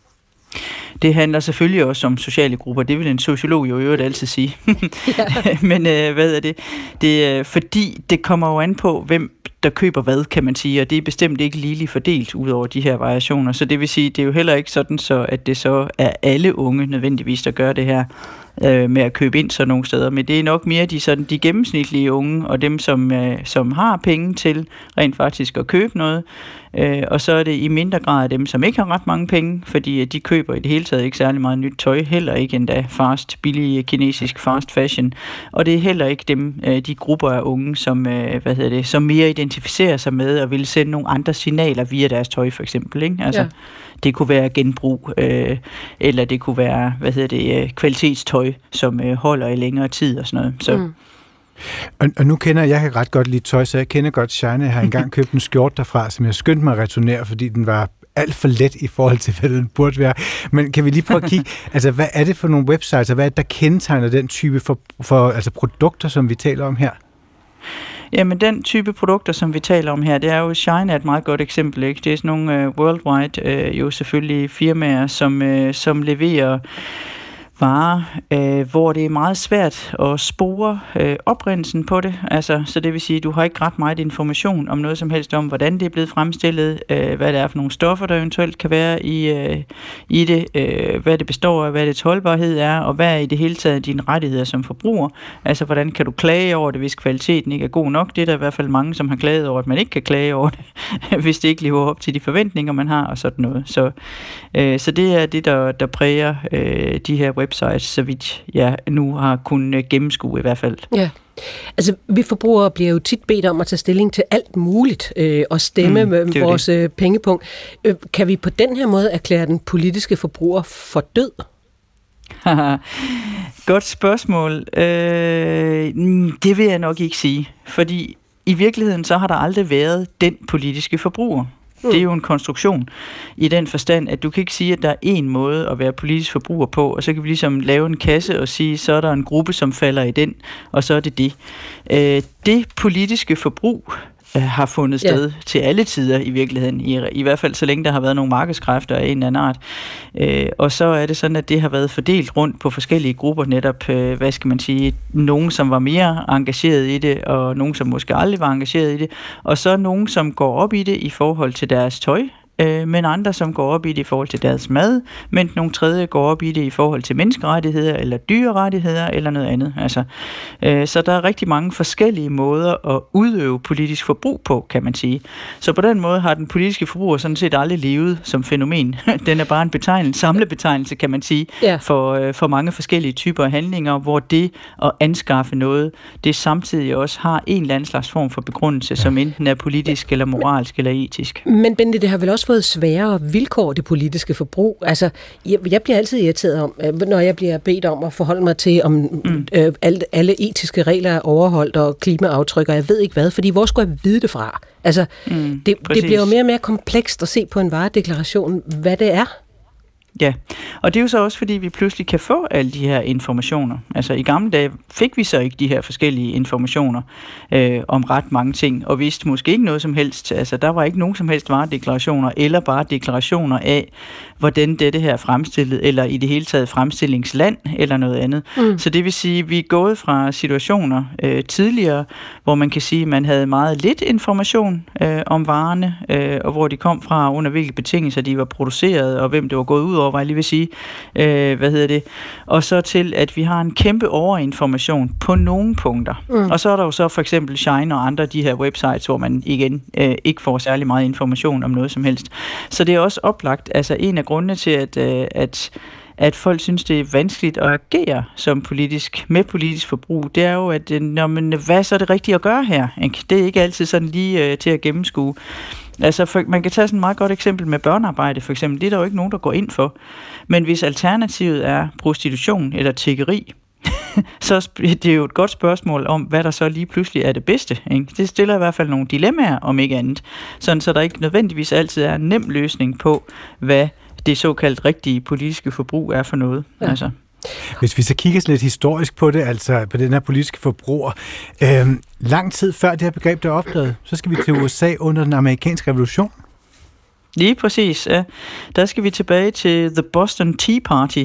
Det handler selvfølgelig også om sociale grupper. Det vil en sociolog jo i øvrigt altid sige. Ja. Men øh, hvad er det? Det er fordi, det kommer jo an på, hvem der køber hvad, kan man sige, og det er bestemt ikke ligeligt fordelt ud over de her variationer. Så det vil sige, det er jo heller ikke sådan, så at det så er alle unge nødvendigvis, der gør det her øh, med at købe ind sådan nogle steder. Men det er nok mere de, sådan, de gennemsnitlige unge, og dem, som, øh, som har penge til rent faktisk at købe noget. Øh, og så er det i mindre grad dem, som ikke har ret mange penge, fordi de køber i det hele taget ikke særlig meget nyt tøj, heller ikke endda fast, billig kinesisk fast fashion. Og det er heller ikke dem, øh, de grupper af unge, som, øh, hvad hedder det, som mere identificerer sig med og vil sende nogle andre signaler via deres tøj, for eksempel. Ikke? Altså, ja. Det kunne være genbrug, øh, eller det kunne være, hvad hedder det, øh, kvalitetstøj, som øh, holder i længere tid og sådan noget. Så mm. Og, og nu kender jeg, jeg ret godt lide tøj, så jeg kender godt Shine. Jeg har engang købt en skjort derfra, som jeg skyndte mig at returnere, fordi den var alt for let i forhold til, hvad den burde være. Men kan vi lige prøve at kigge, altså hvad er det for nogle websites, og hvad er det, der kendetegner den type for, for altså produkter, som vi taler om her? Jamen, den type produkter, som vi taler om her, det er jo, Shine er et meget godt eksempel, ikke? Det er sådan nogle uh, worldwide, uh, jo selvfølgelig firmaer, som, uh, som leverer varer, øh, hvor det er meget svært at spore øh, oprindelsen på det. Altså, så det vil sige, at du har ikke ret meget information om noget som helst om, hvordan det er blevet fremstillet, øh, hvad det er for nogle stoffer, der eventuelt kan være i, øh, i det, øh, hvad det består af, hvad dets holdbarhed er, og hvad er i det hele taget dine rettigheder som forbruger. Altså, hvordan kan du klage over det, hvis kvaliteten ikke er god nok? Det er der i hvert fald mange, som har klaget over, at man ikke kan klage over det, hvis det ikke lever op til de forventninger, man har, og sådan noget. Så, øh, så det er det, der, der præger øh, de her websites, så vidt jeg nu har kunnet gennemskue i hvert fald. Ja. Altså, vi forbrugere bliver jo tit bedt om at tage stilling til alt muligt øh, og stemme mm, med vores det. pengepunkt. Øh, kan vi på den her måde erklære den politiske forbruger for død? Godt spørgsmål. Øh, det vil jeg nok ikke sige, fordi i virkeligheden så har der aldrig været den politiske forbruger. Mm. Det er jo en konstruktion i den forstand, at du kan ikke sige, at der er én måde at være politisk forbruger på, og så kan vi ligesom lave en kasse og sige, så er der en gruppe, som falder i den, og så er det det. Øh, det politiske forbrug har fundet sted ja. til alle tider i virkeligheden, i, i hvert fald så længe der har været nogle markedskræfter af en eller anden art. Øh, og så er det sådan, at det har været fordelt rundt på forskellige grupper, netop, øh, hvad skal man sige, nogen som var mere engageret i det, og nogen som måske aldrig var engageret i det, og så nogen som går op i det i forhold til deres tøj, men andre, som går op i det i forhold til deres mad, men nogle tredje går op i det i forhold til menneskerettigheder, eller dyrerettigheder, eller noget andet. Altså, øh, så der er rigtig mange forskellige måder at udøve politisk forbrug på, kan man sige. Så på den måde har den politiske forbruger sådan set aldrig levet som fænomen. Den er bare en betegnelse, samlebetegnelse, kan man sige, ja. for, øh, for mange forskellige typer af handlinger, hvor det at anskaffe noget, det samtidig også har en eller anden slags form for begrundelse, som enten er politisk, eller moralsk, eller etisk. Men Bente, det har vel også fået sværere vilkår, det politiske forbrug. Altså, jeg, jeg bliver altid irriteret om, når jeg bliver bedt om at forholde mig til, om mm. øh, alle, alle etiske regler er overholdt, og klimaaftryk, og jeg ved ikke hvad, fordi hvor skulle jeg vide det fra? Altså, mm, det, det bliver jo mere og mere komplekst at se på en varedeklaration, hvad det er. Ja, og det er jo så også, fordi vi pludselig kan få alle de her informationer. Altså i gamle dage fik vi så ikke de her forskellige informationer øh, om ret mange ting, og vidste måske ikke noget som helst. Altså der var ikke nogen som helst varedeklarationer, eller bare deklarationer af, hvordan dette her er fremstillet, eller i det hele taget fremstillingsland, eller noget andet. Mm. Så det vil sige, at vi er gået fra situationer øh, tidligere, hvor man kan sige, at man havde meget lidt information øh, om varerne, øh, og hvor de kom fra, under hvilke betingelser de var produceret, og hvem det var gået ud over, hvad jeg lige vil sige, øh, hvad hedder det, og så til, at vi har en kæmpe overinformation på nogle punkter. Mm. Og så er der jo så for eksempel Shine og andre de her websites, hvor man igen øh, ikke får særlig meget information om noget som helst. Så det er også oplagt, altså en af grundene til, at, øh, at at folk synes, det er vanskeligt at agere som politisk, med politisk forbrug, det er jo, at når man, hvad så er det rigtigt at gøre her? Ikke? Det er ikke altid sådan lige øh, til at gennemskue. Altså, for, man kan tage sådan et meget godt eksempel med børnearbejde, for eksempel. Det er der jo ikke nogen, der går ind for. Men hvis alternativet er prostitution eller tiggeri, så det er jo et godt spørgsmål om, hvad der så lige pludselig er det bedste. Ikke? Det stiller i hvert fald nogle dilemmaer, om ikke andet. Sådan, så der ikke nødvendigvis altid er en nem løsning på, hvad det såkaldt rigtige politiske forbrug er for noget. Ja. Altså. Hvis vi så kigger lidt historisk på det, altså på den her politiske forbruger, øh, lang tid før det her begreb blev opdaget, så skal vi til U S A under den amerikanske revolution. Lige præcis, ja. Der skal vi tilbage til The Boston Tea Party,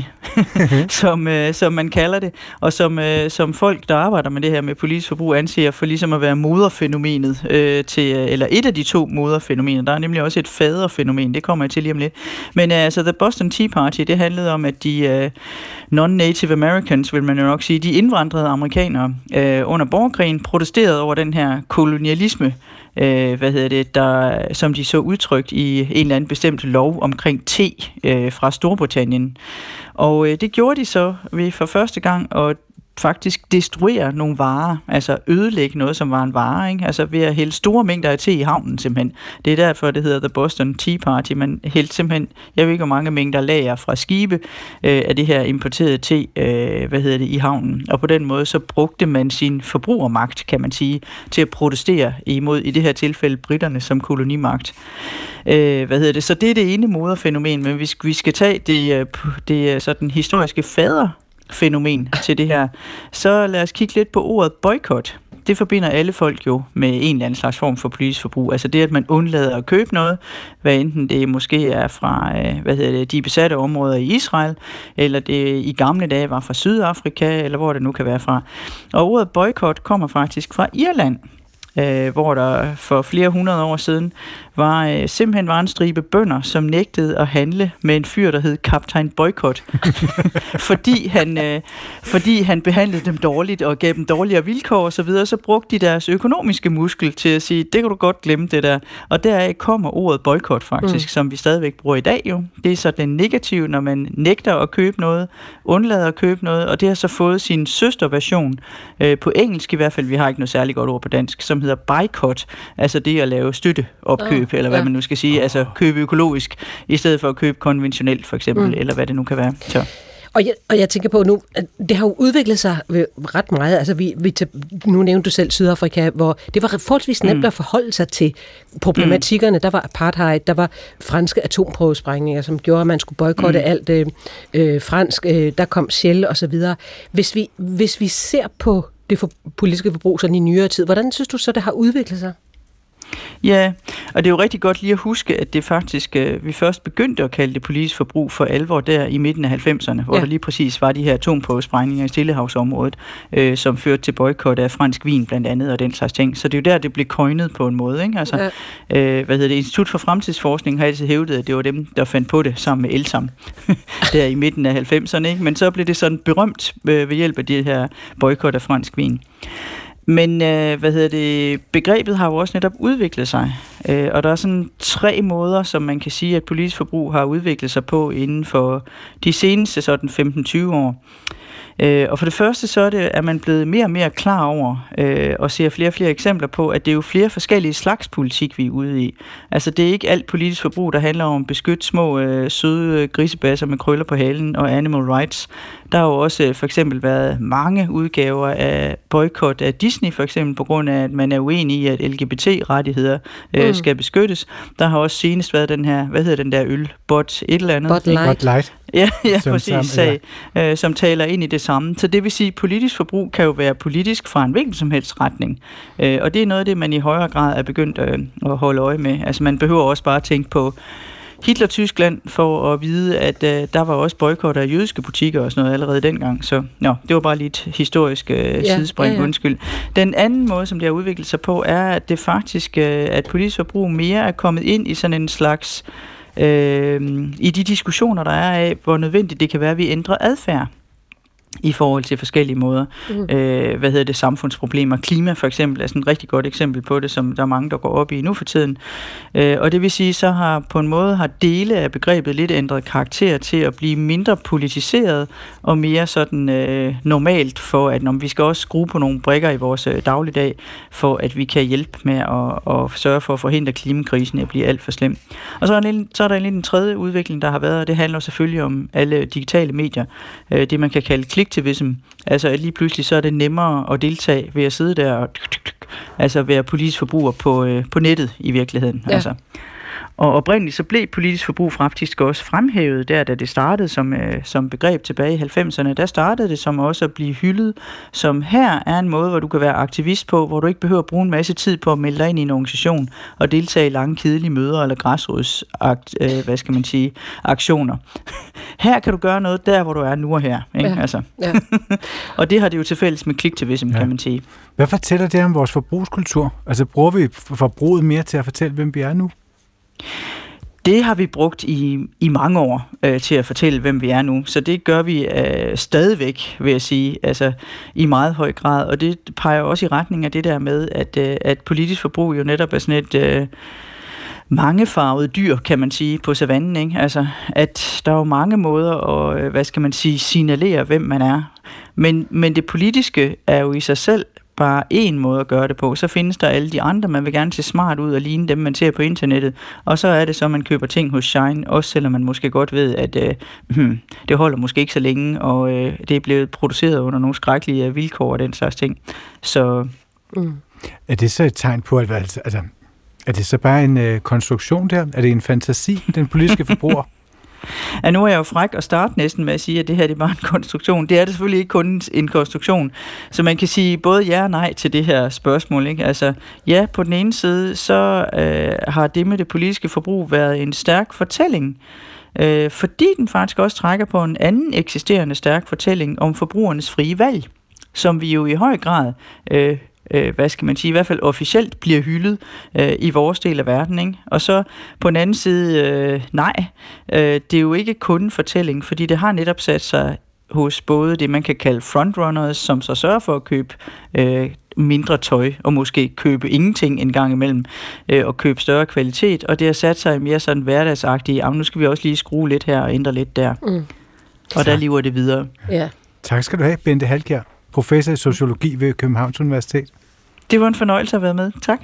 som, øh, som man kalder det, og som, øh, som folk, der arbejder med det her med politisk forbrug, anser for ligesom at være moderfænomenet, øh, til, eller et af de to moderfænomener. Der er nemlig også et faderfænomen, det kommer jeg til lige om lidt. Men øh, altså The Boston Tea Party, det handlede om, at de øh, non-native Americans, vil man jo nok sige, de indvandrede amerikanere øh, under borgerkrigen protesterede over den her kolonialisme, Øh, hvad hedder det, der, som de så udtrykt i en eller anden bestemt lov omkring te øh, fra Storbritannien. Og øh, det gjorde de så ved for første gang at faktisk destruere nogle varer, altså ødelægge noget, som var en vare, ikke? Altså ved at hælde store mængder af te i havnen simpelthen. Det er derfor, det hedder The Boston Tea Party. Man hældte simpelthen, jeg ved ikke, hvor mange mængder lager fra skibe øh, af det her importerede te, øh, hvad hedder det, i havnen. Og på den måde, så brugte man sin forbrugermagt, kan man sige, til at protestere imod, i det her tilfælde, britterne som kolonimagt. Øh, hvad hedder det? Så det er det ene moderfænomen, men hvis vi skal tage det, det sådan historiske fader fænomen til det her, så lad os kigge lidt på ordet boykot. Det forbinder alle folk jo med en eller anden slags form for politisk forbrug. Altså det, at man undlader at købe noget, hvad enten det måske er fra hvad hedder det, de besatte områder i Israel, eller det i gamle dage var fra Sydafrika, eller hvor det nu kan være fra. Og ordet boykot kommer faktisk fra Irland, øh, hvor der for flere hundrede år siden var øh, simpelthen var en stribe bønder, som nægtede at handle med en fyr, der hed Kaptajn Boykot. fordi, han, øh, fordi han behandlede dem dårligt og gav dem dårligere vilkår og så videre, så brugte de deres økonomiske muskel til at sige, det kan du godt glemme det der. Og deraf kommer ordet boykot faktisk, mm. som vi stadigvæk bruger i dag jo. Det er så den negative, når man nægter at købe noget, undlader at købe noget, og det har så fået sin søsterversion øh, på engelsk i hvert fald, vi har ikke noget særligt godt ord på dansk, som hedder boycott, altså det at lave støtteopkøb, oh. eller hvad ja. man nu skal sige, altså købe økologisk, i stedet for at købe konventionelt for eksempel, mm. eller hvad det nu kan være. Så. Og jeg, og jeg tænker på nu, at det har jo udviklet sig ret meget. Altså vi, vi nu nævnte du selv Sydafrika, hvor det var forholdsvis nemt mm. at forholde sig til problematikkerne. Mm. Der var apartheid, der var franske atomprøvesprængninger, som gjorde, at man skulle boykotte mm. alt øh, øh, fransk. Øh, der kom Shell og så videre. Hvis vi, hvis vi ser på det for, politiske forbrug sådan i nyere tid, hvordan synes du så, det har udviklet sig? Ja, og det er jo rigtig godt lige at huske, at det faktisk, øh, vi først begyndte at kalde det politisk forbrug for alvor der i midten af halvfemserne, hvor ja. der lige præcis var de her atomprøvesprængninger i Stillehavsområdet, øh, som førte til boykot af fransk vin blandt andet og den slags ting. Så det er jo der, det blev coinet på en måde, ikke? Altså, ja. øh, hvad hedder det? Institut for Fremtidsforskning har altid hævdet, at det var dem, der fandt på det sammen med Elsam der i midten af halvfemserne, ikke? Men så blev det sådan berømt øh, ved hjælp af de her boykot af fransk vin. Men øh, hvad hedder det, begrebet har jo også netop udviklet sig, øh, og der er sådan tre måder, som man kan sige, at politisk forbrug har udviklet sig på inden for de seneste sådan femten til tyve år. Øh, og for det første så er det, at man blevet mere og mere klar over øh, og ser flere og flere eksempler på, at det er jo flere forskellige slags politik, vi er ude i. Altså det er ikke alt politisk forbrug, der handler om at beskytte små øh, søde grisebasser med krøller på halen og animal rights. Der har jo også øh, for eksempel været mange udgaver af boykot af Disney, for eksempel på grund af, at man er uenig i, at L G B T-rettigheder øh, mm. skal beskyttes. Der har også senest været den her, hvad hedder den der øl? Bot et eller andet? Bot Light. Bot Light. Ja, ja som præcis, sam, sag, ja. øh, som taler ind i det samme. Så det vil sige, at politisk forbrug kan jo være politisk fra en hvilken som helst retning. Øh, og det er noget af det, man i højere grad er begyndt øh, at holde øje med. Altså man behøver også bare at tænke på Hitler-Tyskland for at vide, at øh, der var også boykotter af jødiske butikker og sådan noget allerede dengang. Så nå, det var bare lige et historisk øh, ja, sidespring, ja, ja. undskyld. Den anden måde, som det har udviklet sig på, er, at det faktisk, øh, at politisk forbrug mere er kommet ind i sådan en slags Øh, i de diskussioner, der er af, hvor nødvendigt det kan være, at vi ændrer adfærd i forhold til forskellige måder. Mm. Øh, hvad hedder det? Samfundsproblemer. Klima for eksempel er sådan et rigtig godt eksempel på det, som der er mange, der går op i nu for tiden. Øh, og det vil sige, så har på en måde har dele af begrebet lidt ændret karakter til at blive mindre politiseret og mere sådan øh, normalt for, at når vi skal også skrue på nogle brikker i vores øh, dagligdag, for at vi kan hjælpe med at, at sørge for at forhindre klimakrisen at blive alt for slem. Og så er, en, så er der en lidt en tredje udvikling, der har været, og det handler selvfølgelig om alle digitale medier. Øh, det man kan kalde clicktivism. Altså at lige pludselig så er det nemmere at deltage ved at sidde der og altså være politisk forbruger på, øh, på nettet i virkeligheden. Ja. Altså. Og oprindeligt så blev politisk forbrug faktisk også fremhævet der, da det startede som, øh, som begreb tilbage i halvfemserne. Der startede det som også at blive hyldet, som her er en måde, hvor du kan være aktivist på, hvor du ikke behøver at bruge en masse tid på at melde dig ind i en organisation og deltage i lange, kedelige møder eller græsrods, øh, hvad skal man sige, aktioner. Her kan du gøre noget der, hvor du er nu og her. Ikke? Ja. Altså. Ja. Og det har det jo til fælles med clicktivism, ja. kan man sige. Hvad fortæller det om vores forbrugskultur? Altså bruger vi forbruget mere til at fortælle, hvem vi er nu? Det har vi brugt i, i mange år øh, til at fortælle, hvem vi er nu. Så det gør vi øh, stadigvæk, vil jeg sige, altså i meget høj grad. Og det peger også i retning af det der med, at, øh, at politisk forbrug jo netop er sådan et øh, mangefarvet dyr, kan man sige, på savannen. Ikke? Altså, at der er jo mange måder at, øh, hvad skal man sige, signalere, hvem man er. Men, men det politiske er jo i sig selv bare én måde at gøre det på. Så findes der alle de andre. Man vil gerne se smart ud og ligne dem, man ser på internettet. Og så er det så, man køber ting hos Shine, også selvom man måske godt ved, at øh, hmm, det holder måske ikke så længe, og øh, det er blevet produceret under nogle skrækkelige vilkår og den slags ting. Så mm. Er det så et tegn på, at altså, er det så bare en øh, konstruktion der? Er det en fantasi, den politiske forbruger? Ja, nu er jeg jo fræk at starte næsten med at sige, at det her det er bare en konstruktion. Det er det selvfølgelig ikke kun en konstruktion. Så man kan sige både ja og nej til det her spørgsmål. Ikke? Altså, ja, på den ene side, så øh, har det med det politiske forbrug været en stærk fortælling. Øh, fordi den faktisk også trækker på en anden eksisterende stærk fortælling om forbrugernes frie valg, som vi jo i høj grad øh, Øh, hvad skal man sige, i hvert fald officielt bliver hyldet øh, i vores del af verden. Ikke? Og så på den anden side, øh, nej, øh, det er jo ikke kun en fortælling, fordi det har netop sat sig hos både det, man kan kalde frontrunners, som så sørger for at købe øh, mindre tøj, og måske købe ingenting en gang imellem, øh, og købe større kvalitet, og det har sat sig mere sådan hverdagsagtigt, nu skal vi også lige skrue lidt her og ændre lidt der. Mm. Og der lever det videre. Ja. Tak skal du have, Bente Halkjær, professor i sociologi ved Københavns Universitet. Det var en fornøjelse at være med. Tak.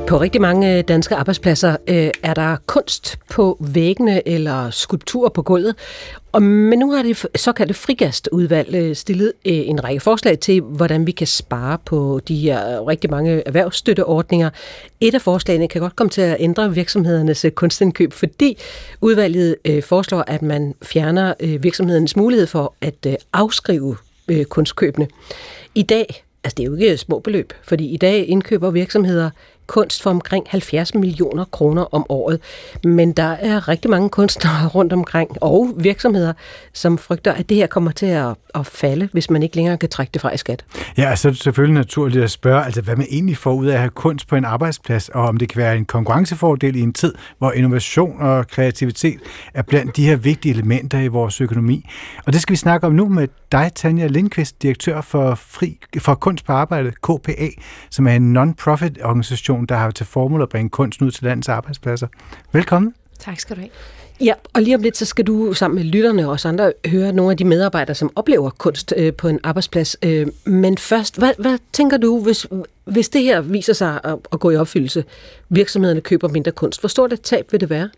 På rigtig mange danske arbejdspladser øh, er der kunst på væggene eller skulpturer på gulvet. Og, men nu har det såkaldte frigastudvalg øh, stillet øh, en række forslag til, hvordan vi kan spare på de her rigtig mange erhvervsstøtteordninger. Et af forslagene kan godt komme til at ændre virksomhedernes øh, kunstindkøb, fordi udvalget øh, foreslår, at man fjerner øh, virksomhedernes mulighed for at øh, afskrive øh, kunstkøbene. I dag, altså det er jo ikke små beløb, fordi i dag indkøber virksomheder kunst for omkring halvfjerds millioner kroner om året. Men der er rigtig mange kunstnere rundt omkring og virksomheder, som frygter, at det her kommer til at, at falde, hvis man ikke længere kan trække det fra i skat. Ja, så er det selvfølgelig naturligt at spørge, altså, hvad man egentlig får ud af at have kunst på en arbejdsplads, og om det kan være en konkurrencefordel i en tid, hvor innovation og kreativitet er blandt de her vigtige elementer i vores økonomi. Og det skal vi snakke om nu med dig, Tanja Lindqvist, direktør for, Fri, for Kunst på Arbejde, K P A, som er en non-profit organisation, der har til formål at bringe kunsten ud til landets arbejdspladser. Velkommen. Tak skal du have. Ja, og lige om lidt, så skal du sammen med lytterne og os andre høre nogle af de medarbejdere, som oplever kunst øh, på en arbejdsplads. Øh, men først, hvad, hvad tænker du, hvis, hvis det her viser sig at, at gå i opfyldelse, virksomhederne køber mindre kunst, hvor stort et tab vil det være?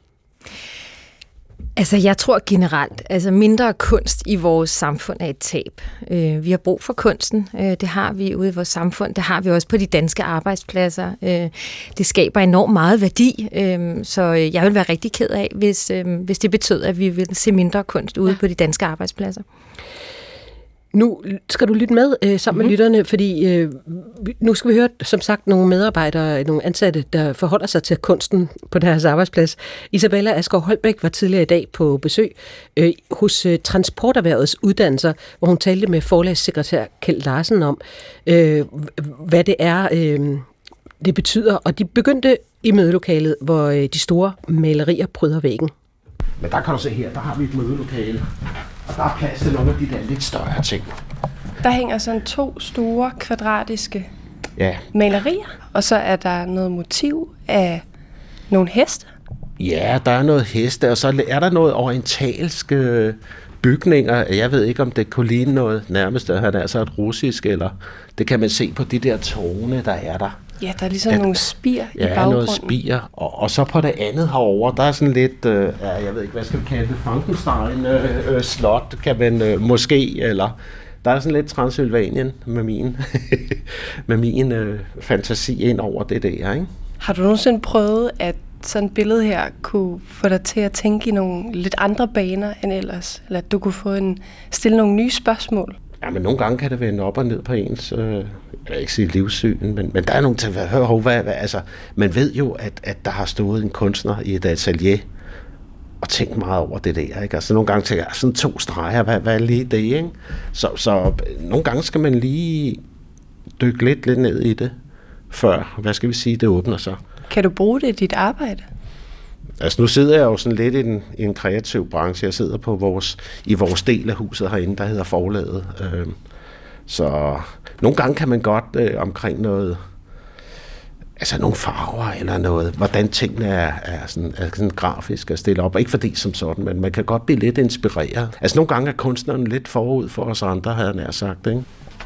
Altså, jeg tror generelt, altså mindre kunst i vores samfund er et tab. Øh, vi har brug for kunsten. Øh, det har vi ude i vores samfund. Det har vi også på de danske arbejdspladser. Øh, det skaber enormt meget værdi. Øh, så jeg vil være rigtig ked af, hvis, øh, hvis det betød, at vi vil se mindre kunst ude ja. på de danske arbejdspladser. Nu skal du lytte med øh, sammen mm-hmm. med lytterne, fordi øh, nu skal vi høre, som sagt, nogle medarbejdere, nogle ansatte, der forholder sig til kunsten på deres arbejdsplads. Isabella Asgaard Holbæk var tidligere i dag på besøg øh, hos øh, Transporterhvervets Uddannelser, hvor hun talte med forlagssekretær Kjeld Larsen om, øh, hvad det er, øh, det betyder. Og de begyndte i mødelokalet, hvor øh, de store malerier pryder væggen. Men der kan du se her, der har vi et mødelokale. Og der er plads til nogle af de der lidt større ting. Der hænger sådan to store kvadratiske ja. malerier, og så er der noget motiv af nogle heste. Ja, der er noget heste, og så er der noget orientalske bygninger. Jeg ved ikke, om det kunne ligne noget nærmest, at han er så et russisk, eller det kan man se på de der tårne, der er der. Ja, der er ligesom at, nogle spir ja, i baggrunden. Ja, noget spir. Og, og så på det andet herovre, der er sådan lidt, øh, ja, jeg ved ikke, hvad skal vi kalde det, Frankenstein-slot, øh, øh, kan man øh, måske, eller der er sådan lidt Transylvanien med min, med min øh, fantasi ind over det der, ikke? Har du nogensinde prøvet, at sådan et billede her kunne få dig til at tænke i nogle lidt andre baner end ellers? Eller at du kunne få en, stille nogle nye spørgsmål? Ja, men nogle gange kan det vende op og ned på ens, øh, jeg vil ikke sige livssyn, men, men der er nogle til at høre, hvad, hvad, altså, man ved jo, at, at der har stået en kunstner i et atelier og tænkt meget over det der, ikke? Altså nogle gange tænker jeg, sådan to streger, hvad, hvad er lige det, ikke? Så, så nogle gange skal man lige dykke lidt, lidt ned i det, før, hvad skal vi sige, det åbner sig. Kan du bruge det i dit arbejde? Altså nu sidder jeg jo sådan lidt i, den, i en kreativ branche. Jeg sidder på vores, i vores del af huset herinde, der hedder Forlaget. Øh, så nogle gange kan man godt øh, omkring noget, altså nogle farver eller noget, hvordan tingene er, er, sådan, er sådan grafisk at stille op. Ikke fordi som sådan, men man kan godt blive lidt inspireret. Altså nogle gange er kunstneren lidt forud for os andre, havde jeg nær sagt, ikke?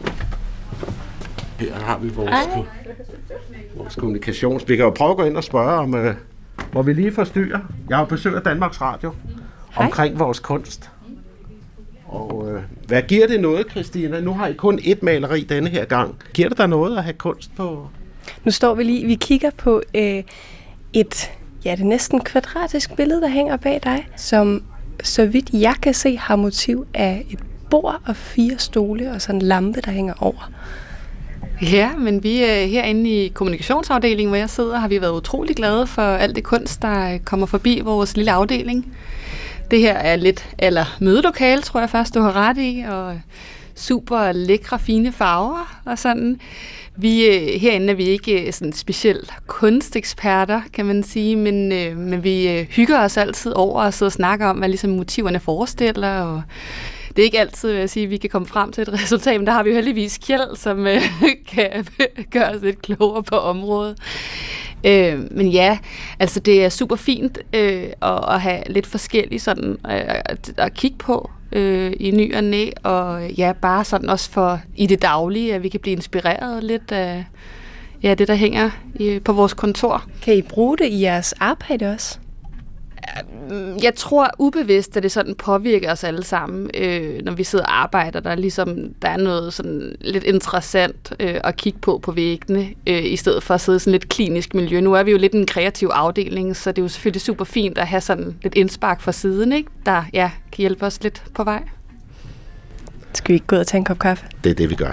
Her har vi vores, vores kommunikations... Vi kan jo prøve at gå ind og spørge om... Øh, Må vi lige forstyrre? Jeg har besøg af Danmarks Radio Hej. Omkring vores kunst. Og øh, hvad giver det noget, Christina? Nu har I kun ét maleri denne her gang. Giver det dig noget at have kunst på? Nu står vi lige, vi kigger på øh, et, ja, det er næsten kvadratisk billede, der hænger bag dig, som så vidt jeg kan se har motiv af et bord og fire stole og sådan en lampe, der hænger over. Ja, men vi er herinde i kommunikationsafdelingen, hvor jeg sidder, har vi været utrolig glade for alt det kunst, der kommer forbi vores lille afdeling. Det her er lidt eller mødelokale, tror jeg først, du har ret i, og super lækre, fine farver og sådan. Vi, herinde er vi ikke sådan specielt kunsteksperter, kan man sige, men, men vi hygger os altid over at sidde og snakke om, hvad ligesom motiverne forestiller, og det er ikke altid, vil jeg sige, at vi kan komme frem til et resultat, men der har vi jo heldigvis Kjeld, som øh, kan gøre os lidt klogere på området. Øh, men ja, altså det er super fint øh, at, at have lidt forskellige sådan øh, at, at kigge på øh, i ny og næ, og ja, bare sådan også for i det daglige, at vi kan blive inspireret lidt af, ja, det, der hænger i, på vores kontor. Kan I bruge det i jeres arbejde også? Jeg tror ubevidst, at det sådan påvirker os alle sammen, øh, når vi sidder og arbejder. Der er ligesom der er noget sådan lidt interessant øh, at kigge på på væggene, øh, i stedet for at sidde i sådan lidt klinisk miljø. Nu er vi jo lidt en kreativ afdeling, så det er jo selvfølgelig super fint at have sådan lidt indspark fra siden, ikke? Der ja, kan hjælpe os lidt på vej. Skal vi ikke gå ud og tage en kop kaffe? Det er det, vi gør.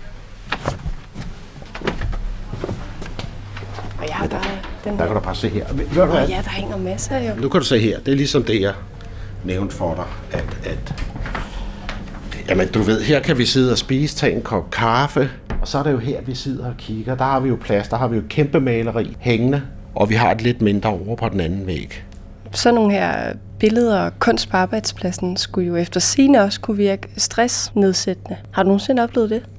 Og jeg har bare den Der kan du bare se her. Ved du hvad? Ja, der hænger masser jo. Nu kan du se her. Det er ligesom det, jeg nævnte for dig. At, at, jamen, du ved, her kan vi sidde og spise, tage en kop kaffe. Og så er det jo her, vi sidder og kigger. Der har vi jo plads. Der har vi jo kæmpe maleri hængende. Og vi har et lidt mindre over på den anden væg. Sådan nogle her billeder og kunst på arbejdspladsen skulle jo efter sigende også kunne virke stressnedsættende. Har du nogensinde oplevet det?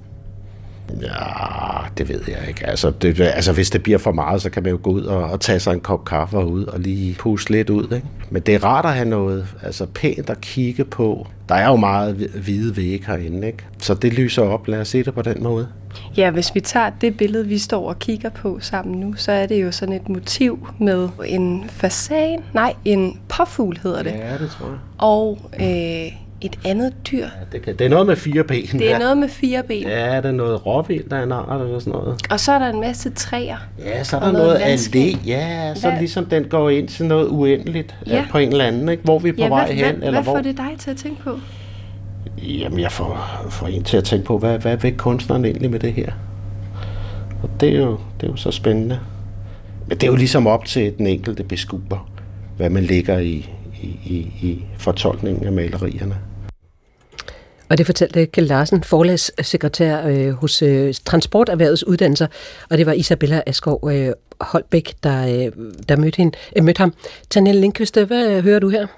Ja, det ved jeg ikke. Altså, det, altså, hvis det bliver for meget, så kan man jo gå ud og, og tage sig en kop kaffe ud og lige puste lidt ud, ikke? Men det er rart at have noget altså, pænt at kigge på. Der er jo meget hvide vægge herinde, ikke? Så det lyser op. Lad os se det på den måde. Ja, hvis vi tager det billede, vi står og kigger på sammen nu, så er det jo sådan et motiv med en fasan. Nej, en påfugl hedder det. Ja, det tror jeg. Og øh, et andet dyr. Ja, det, kan, det er noget med fire ben. Det er ja. noget med fire ben. Ja, det er noget råvild, der er en art eller sådan noget. Og så er der en masse træer. Ja, så er der noget allé. Ja, så hvad? Ligesom den går ind til noget uendeligt ja. på en eller anden, ikke? Hvor vi er på ja, vej hvad, hen. Hvad, eller hvad hvor... får det dig til at tænke på? Jamen, jeg får, får en til at tænke på, hvad, hvad vil kunstneren egentlig med det her? Og det er, jo, det er jo så spændende. Men det er jo ligesom op til den enkelte beskuer, hvad man lægger i, i, i, i fortolkningen af malerierne. Og det fortalte Kjeld Larsen, forlagssekretær øh, hos øh, Transporterhvervets Uddannelser, og det var Isabella Askov øh, Holbæk, der, øh, der mødte, hende, øh, mødte ham. Tanja Lindqvist, hvad øh, hører du her?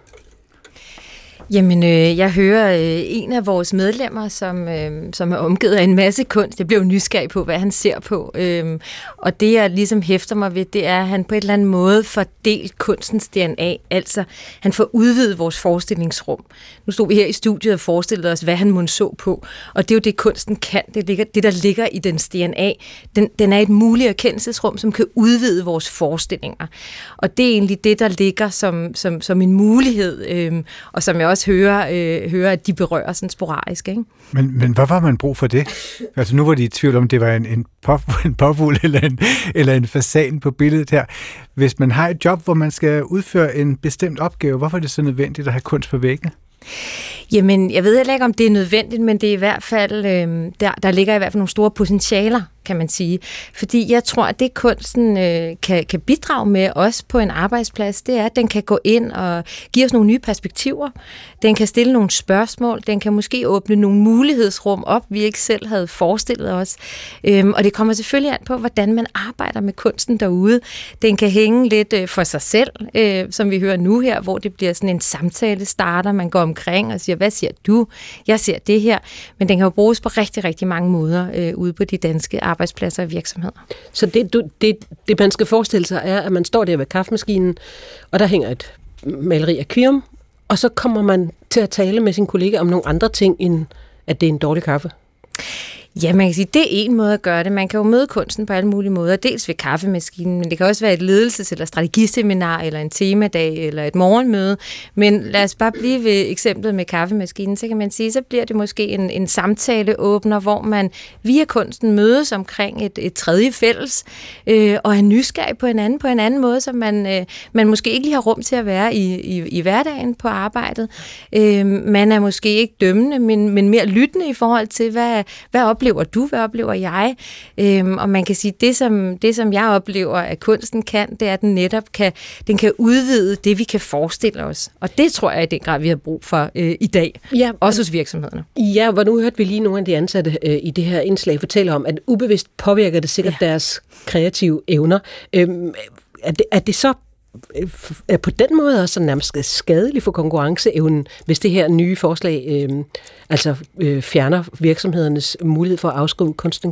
Jamen, øh, jeg hører øh, en af vores medlemmer, som, øh, som er omgivet af en masse kunst. Jeg blev nysgerrig på, hvad han ser på. Øh, og det, jeg ligesom hæfter mig ved, det er, at han på et eller andet måde får delt kunstens D N A. Altså, han får udvidet vores forestillingsrum. Nu stod vi her i studiet og forestillede os, hvad han måtte så på. Og det er jo det, kunsten kan. Det, ligger, det der ligger i dens D N A. Den, den er et muligt erkendelsesrum, som kan udvide vores forestillinger. Og det er egentlig det, der ligger som, som, som en mulighed, øh, og som jeg også Høre, øh, høre, at de berører sådan sporadisk, ikke? Men, men hvad var man brug for det? Altså nu var de i tvivl om, det var en, en, pop, en påfugl eller en, eller en fasan på billedet her. Hvis man har et job, hvor man skal udføre en bestemt opgave, hvorfor er det så nødvendigt at have kunst på væggene? Jamen, jeg ved heller ikke, om det er nødvendigt, men det er i hvert fald, øh, der, der ligger i hvert fald nogle store potentialer, kan man sige. Fordi jeg tror, at det kunsten øh, kan, kan bidrage med, også på en arbejdsplads, det er, at den kan gå ind og give os nogle nye perspektiver. Den kan stille nogle spørgsmål. Den kan måske åbne nogle mulighedsrum op, vi ikke selv havde forestillet os. Øhm, og det kommer selvfølgelig an på, hvordan man arbejder med kunsten derude. Den kan hænge lidt øh, for sig selv, øh, som vi hører nu her, hvor det bliver sådan en samtale starter. Man går omkring og siger, hvad siger du? Jeg ser det her. Men den kan jo bruges på rigtig, rigtig mange måder øh, ude på de danske arbejdspladser og virksomheder. Så det, du, det, det, man skal forestille sig, er, at man står der ved kaffemaskinen, og der hænger et maleri af Kvium, og så kommer man til at tale med sin kollega om nogle andre ting, end at det er en dårlig kaffe. Ja, man kan sige, det er en måde at gøre det. Man kan jo møde kunsten på alle mulige måder. Dels ved kaffemaskinen, men det kan også være et ledelses- eller strategiseminar, eller en temadag, eller et morgenmøde. Men lad os bare blive ved eksemplet med kaffemaskinen. Så kan man sige, så bliver det måske en, en samtaleåbner, hvor man via kunsten mødes omkring et, et tredje fælles, øh, og er nysgerrig på hinanden på en anden måde, som man, øh, man måske ikke lige har rum til at være i, i, i hverdagen på arbejdet. Øh, man er måske ikke dømmende, men, men mere lyttende i forhold til, hvad, hvad oplever du, hvad oplever jeg? Øhm, og man kan sige, det som, det som jeg oplever, at kunsten kan, det er, at den netop kan, den kan udvide det, vi kan forestille os. Og det tror jeg i den grad, vi har brug for øh, i dag. Ja, også hos virksomhederne. Ja, hvor nu hørte vi lige nogle af de ansatte øh, i det her indslag fortælle om, at ubevidst påvirker det sikkert ja. deres kreative evner. Øhm, er, det, er det så er på den måde også nærmest skadeligt for konkurrenceevnen, hvis det her nye forslag øh, altså øh, fjerner virksomhedernes mulighed for at afskrive kunstindkøb?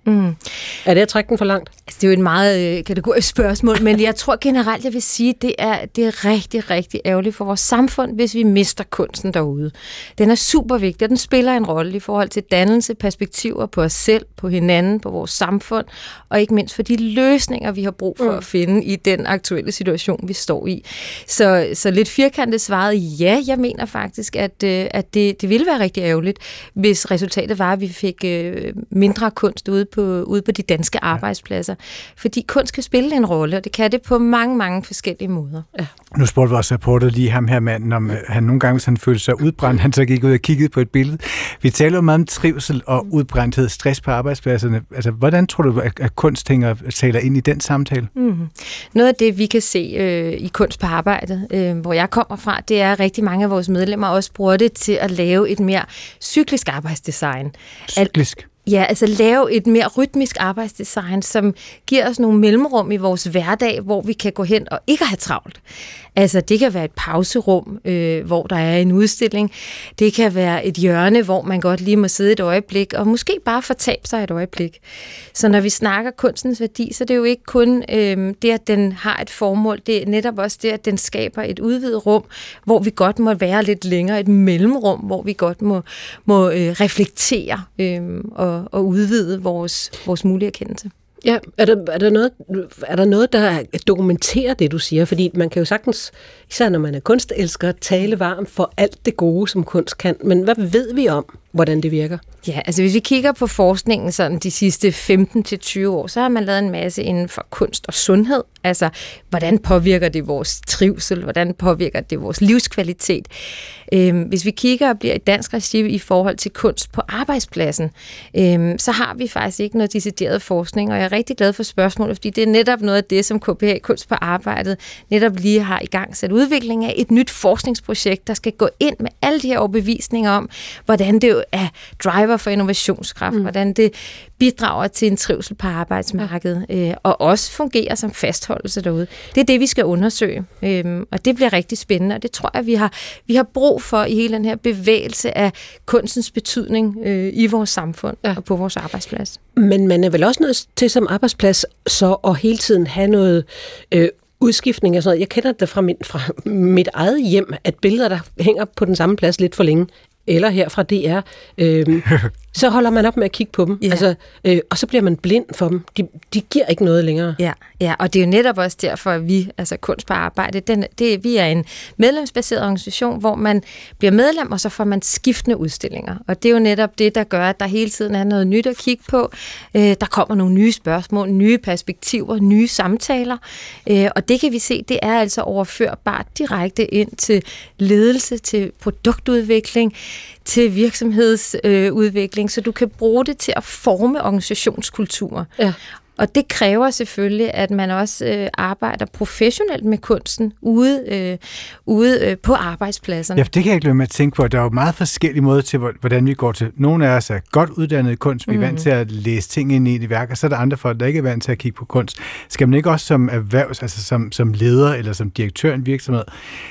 Mm. Er det at trække den for langt? Altså, det er jo et meget øh, kategorisk spørgsmål, men jeg tror generelt, jeg vil sige, det er, det er rigtig, rigtig ærgerligt for vores samfund, hvis vi mister kunsten derude. Den er super vigtig, og den spiller en rolle i forhold til dannelse, perspektiver på os selv, på hinanden, på vores samfund, og ikke mindst for de løsninger, vi har brug for mm. at finde i den aktuelle situation, vi står i. Så, så lidt firkantet svaret, ja, jeg mener faktisk, at, øh, at det, det ville være rigtig ærgerligt, hvis resultatet var, at vi fik øh, mindre kunst ude på, ude på de danske arbejdspladser. Fordi kunst kan spille en rolle, og det kan det på mange, mange forskellige måder. Ja. Nu spurgte vores reporter lige ham her manden, om han nogle gange, hvis han følte sig udbrændt, han så gik ud og kiggede på et billede. Vi taler jo meget om trivsel og udbrændthed, stress på arbejdspladserne. Altså, hvordan tror du, at kunst hænger, taler ind i den samtale? Mm-hmm. Noget af det, vi kan se øh, i kunst på arbejdet, øh, hvor jeg kommer fra, det er, at rigtig mange af vores medlemmer også bruger det til at lave et mere cyklisk arbejdsdesign. Cyklisk? Ja, altså lave et mere rytmisk arbejdsdesign, som giver os nogle mellemrum i vores hverdag, hvor vi kan gå hen og ikke have travlt. Altså det kan være et pauserum, øh, hvor der er en udstilling. Det kan være et hjørne, hvor man godt lige må sidde et øjeblik, og måske bare fortabe sig et øjeblik. Så når vi snakker kunstens værdi, så det er jo ikke kun øh, det, at den har et formål. Det er netop også det, at den skaber et udvidet rum, hvor vi godt må være lidt længere. Et mellemrum, hvor vi godt må, må øh, reflektere øh, og og udvide vores, vores mulige erkendelse. Ja, er der, er, der noget, er der noget, der dokumenterer det, du siger? Fordi man kan jo sagtens, især når man er kunstelsker, tale varmt for alt det gode, som kunst kan. Men hvad ved vi om, hvordan det virker? Ja, altså hvis vi kigger på forskningen sådan de sidste femten til tyve år, så har man lavet en masse inden for kunst og sundhed. Altså, hvordan påvirker det vores trivsel? Hvordan påvirker det vores livskvalitet? Øhm, hvis vi kigger og bliver i dansk regi i forhold til kunst på arbejdspladsen, øhm, så har vi faktisk ikke noget decideret forskning, og jeg er rigtig glad for spørgsmålet, fordi det er netop noget af det, som K P H Kunst på Arbejdet netop lige har i gang sat udvikling af et nyt forskningsprojekt, der skal gå ind med alle de her overbevisninger om, hvordan det er driver for innovationskraft, mm. hvordan det bidrager til en trivsel på arbejdsmarkedet, øh, og også fungerer som fastholdelse derude. Det er det, vi skal undersøge, øh, og det bliver rigtig spændende, og det tror jeg, vi har, vi har brug for i hele den her bevægelse af kunstens betydning øh, i vores samfund ja. og på vores arbejdsplads. Men man er vel også nødt til som arbejdsplads så at hele tiden have noget øh, udskiftning og sådan noget. Jeg kender det fra, min, fra mit eget hjem, at billeder, der hænger på den samme plads lidt for længe, eller her fra D R, øh, så holder man op med at kigge på dem, ja. altså, øh, og så bliver man blind for dem. De, de giver ikke noget længere. Ja, ja, og det er jo netop også derfor, at vi, altså Kunst på Arbejde, den, det, vi er en medlemsbaseret organisation, hvor man bliver medlem, og så får man skiftende udstillinger. Og det er jo netop det, der gør, at der hele tiden er noget nyt at kigge på. Øh, der kommer nogle nye spørgsmål, nye perspektiver, nye samtaler, øh, og det kan vi se, det er altså overførbart direkte ind til ledelse, til produktudvikling, til virksomhedsudvikling, øh, så du kan bruge det til at forme organisationskulturer. Ja. Og det kræver selvfølgelig, at man også øh, arbejder professionelt med kunsten ude, øh, ude øh, på arbejdspladserne. Ja, det kan jeg ikke lade med at tænke på. Der er jo meget forskellige måder til, hvordan vi går til. Nogle af os er godt uddannede i kunst, vi er mm. vant til at læse ting ind i et værk, og så er der andre folk, der ikke er vant til at kigge på kunst. Skal man ikke også som erhvervs, altså som, som leder eller som direktør i en virksomhed,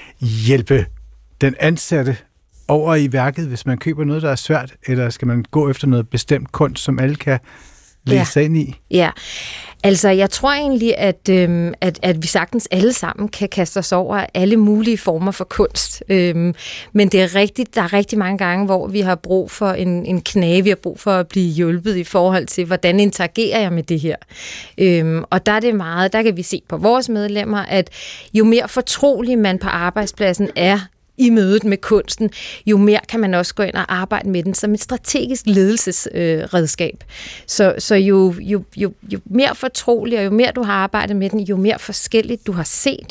hjælpe den ansatte over i værket, hvis man køber noget, der er svært, eller skal man gå efter noget bestemt kunst, som alle kan læse sig ind i? Ja, altså jeg tror egentlig, at, øhm, at, at vi sagtens alle sammen kan kaste os over alle mulige former for kunst. Øhm, men det er rigtigt, der er rigtig mange gange, hvor vi har brug for en, en knage, vi har brug for at blive hjulpet i forhold til, hvordan interagerer jeg med det her. Øhm, og der er det meget, der kan vi se på vores medlemmer, at jo mere fortrolig man på arbejdspladsen er, i mødet med kunsten, jo mere kan man også gå ind og arbejde med den som et strategisk ledelsesredskab. Øh, så så jo, jo, jo, jo mere fortrolig, og jo mere du har arbejdet med den, jo mere forskelligt du har set,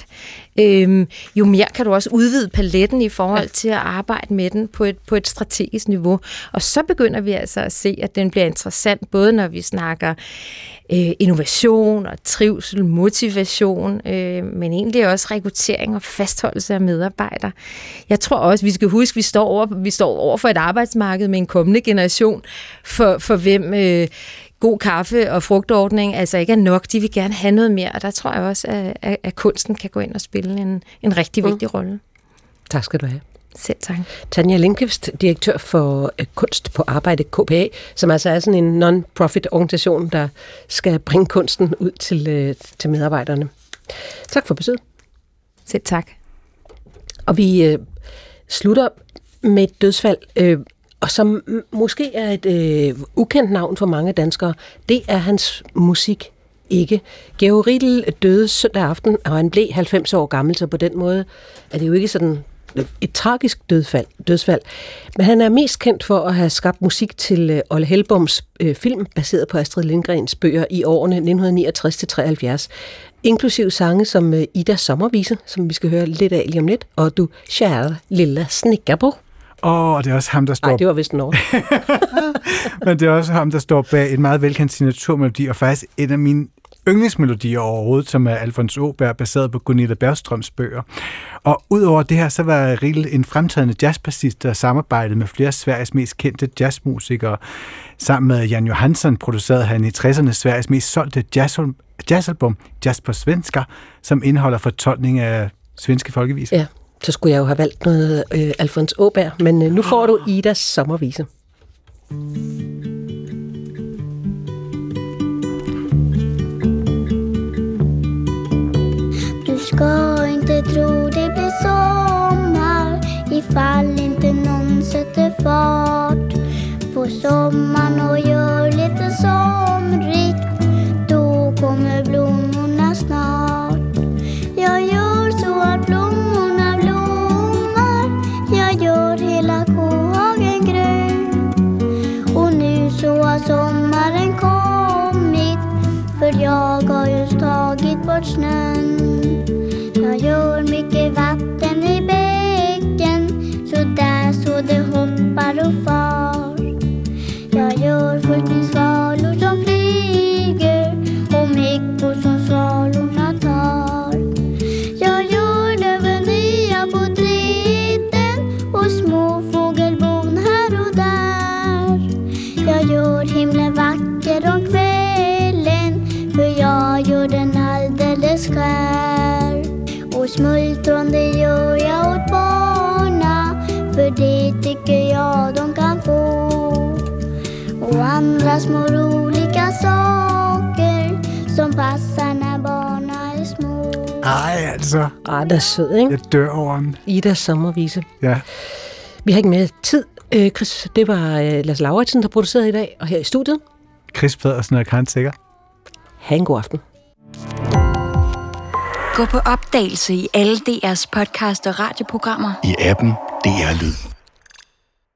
øh, jo mere kan du også udvide paletten i forhold til at arbejde med den på et, på et strategisk niveau. Og så begynder vi altså at se, at den bliver interessant, både når vi snakker øh, innovation og trivsel, motivation, øh, men egentlig også rekruttering og fastholdelse af medarbejdere. Jeg tror også, vi skal huske, at vi står over, vi står over for et arbejdsmarked med en kommende generation, for, for hvem øh, god kaffe og frugtordning altså ikke er nok. De vil gerne have noget mere, og der tror jeg også, at, at, at kunsten kan gå ind og spille en, en rigtig vigtig mm. rolle. Tak skal du have. Selv tak. Tanja Lindqvist, direktør for øh, Kunst på Arbejde, K P A, som altså er sådan en non-profit organisation, der skal bringe kunsten ud til, øh, til medarbejderne. Tak for besøget. Selv tak. Og vi øh, slutter med et dødsfald, øh, og som måske er et øh, ukendt navn for mange danskere. Det er hans musik ikke. Georg Riedel døde søndag aften, og han blev halvfems år gammel, så på den måde er det jo ikke sådan et tragisk dødsfald. dødsfald. Men han er mest kendt for at have skabt musik til øh, Olle Hellboms øh, film, baseret på Astrid Lindgrens bøger i årene nitten niogtres til treoghalvfjerds. Inklusiv sange som øh, Ida Sommervise, som vi skal høre lidt af lige om lidt, og Du kære lille snickerbo. Åh, oh, det er også ham, der står... Nej, det var vist en år. Men det er også ham, der står bag en meget velkendt signaturmelodi, og faktisk en af mine yndlingsmelodier overhovedet, som er Alfons Åberg, baseret på Gunilla Bergstrøms bøger. Og udover det her, så var Riedel en fremtrædende jazzbassist, der samarbejdede med flere af Sveriges mest kendte jazzmusikere. Sammen med Jan Johansson producerede han i tresserne Sveriges mest solgte jazzalbum, jazzalbum Jazz på svenska, som indeholder fortolkning af svenske folkeviser. Ja, så skulle jeg jo have valgt noget øh, Alfons Åberg, men øh, nu får du Idas Sommervise. Du ska inte tro det blir sommar ifall inte någon sätter fart på sommaren och gör lite somrigt. Då kommer blommorna snart. Jag gör så att blommorna blommar. Jag gör hela kohagen grön. Och nu så har sommaren kommit, för jag har just tagit bort snön. Jag gör mycket vatten i bäcken, så där så det hoppar och far. Jag gör fullt med svalor som flyger och mäckor som svalorna tar. Jag gör det över nya på träden och små fågelbon här och där. Jag gör himlen vacker om kvällen, för jag gör den alldeles skär. Och smultron det gör jag åt barna, för det tycker jag de kan få. Och andra små roliga saker som passar när barna är små. Ej, altså. Ah, der er sød, ikke? Jeg dør over ham. Idas Sommervise. Ja. Vi har ikke mere tid. Øh, Chris, det var øh, Lasse Lauritsen, der producerede i dag, og her i studiet. Chris Pedersen og Karen Sikker. Ha' en god aften. Gå på opdagelse i alle D R's podcast og radioprogrammer. I appen D R Lyd.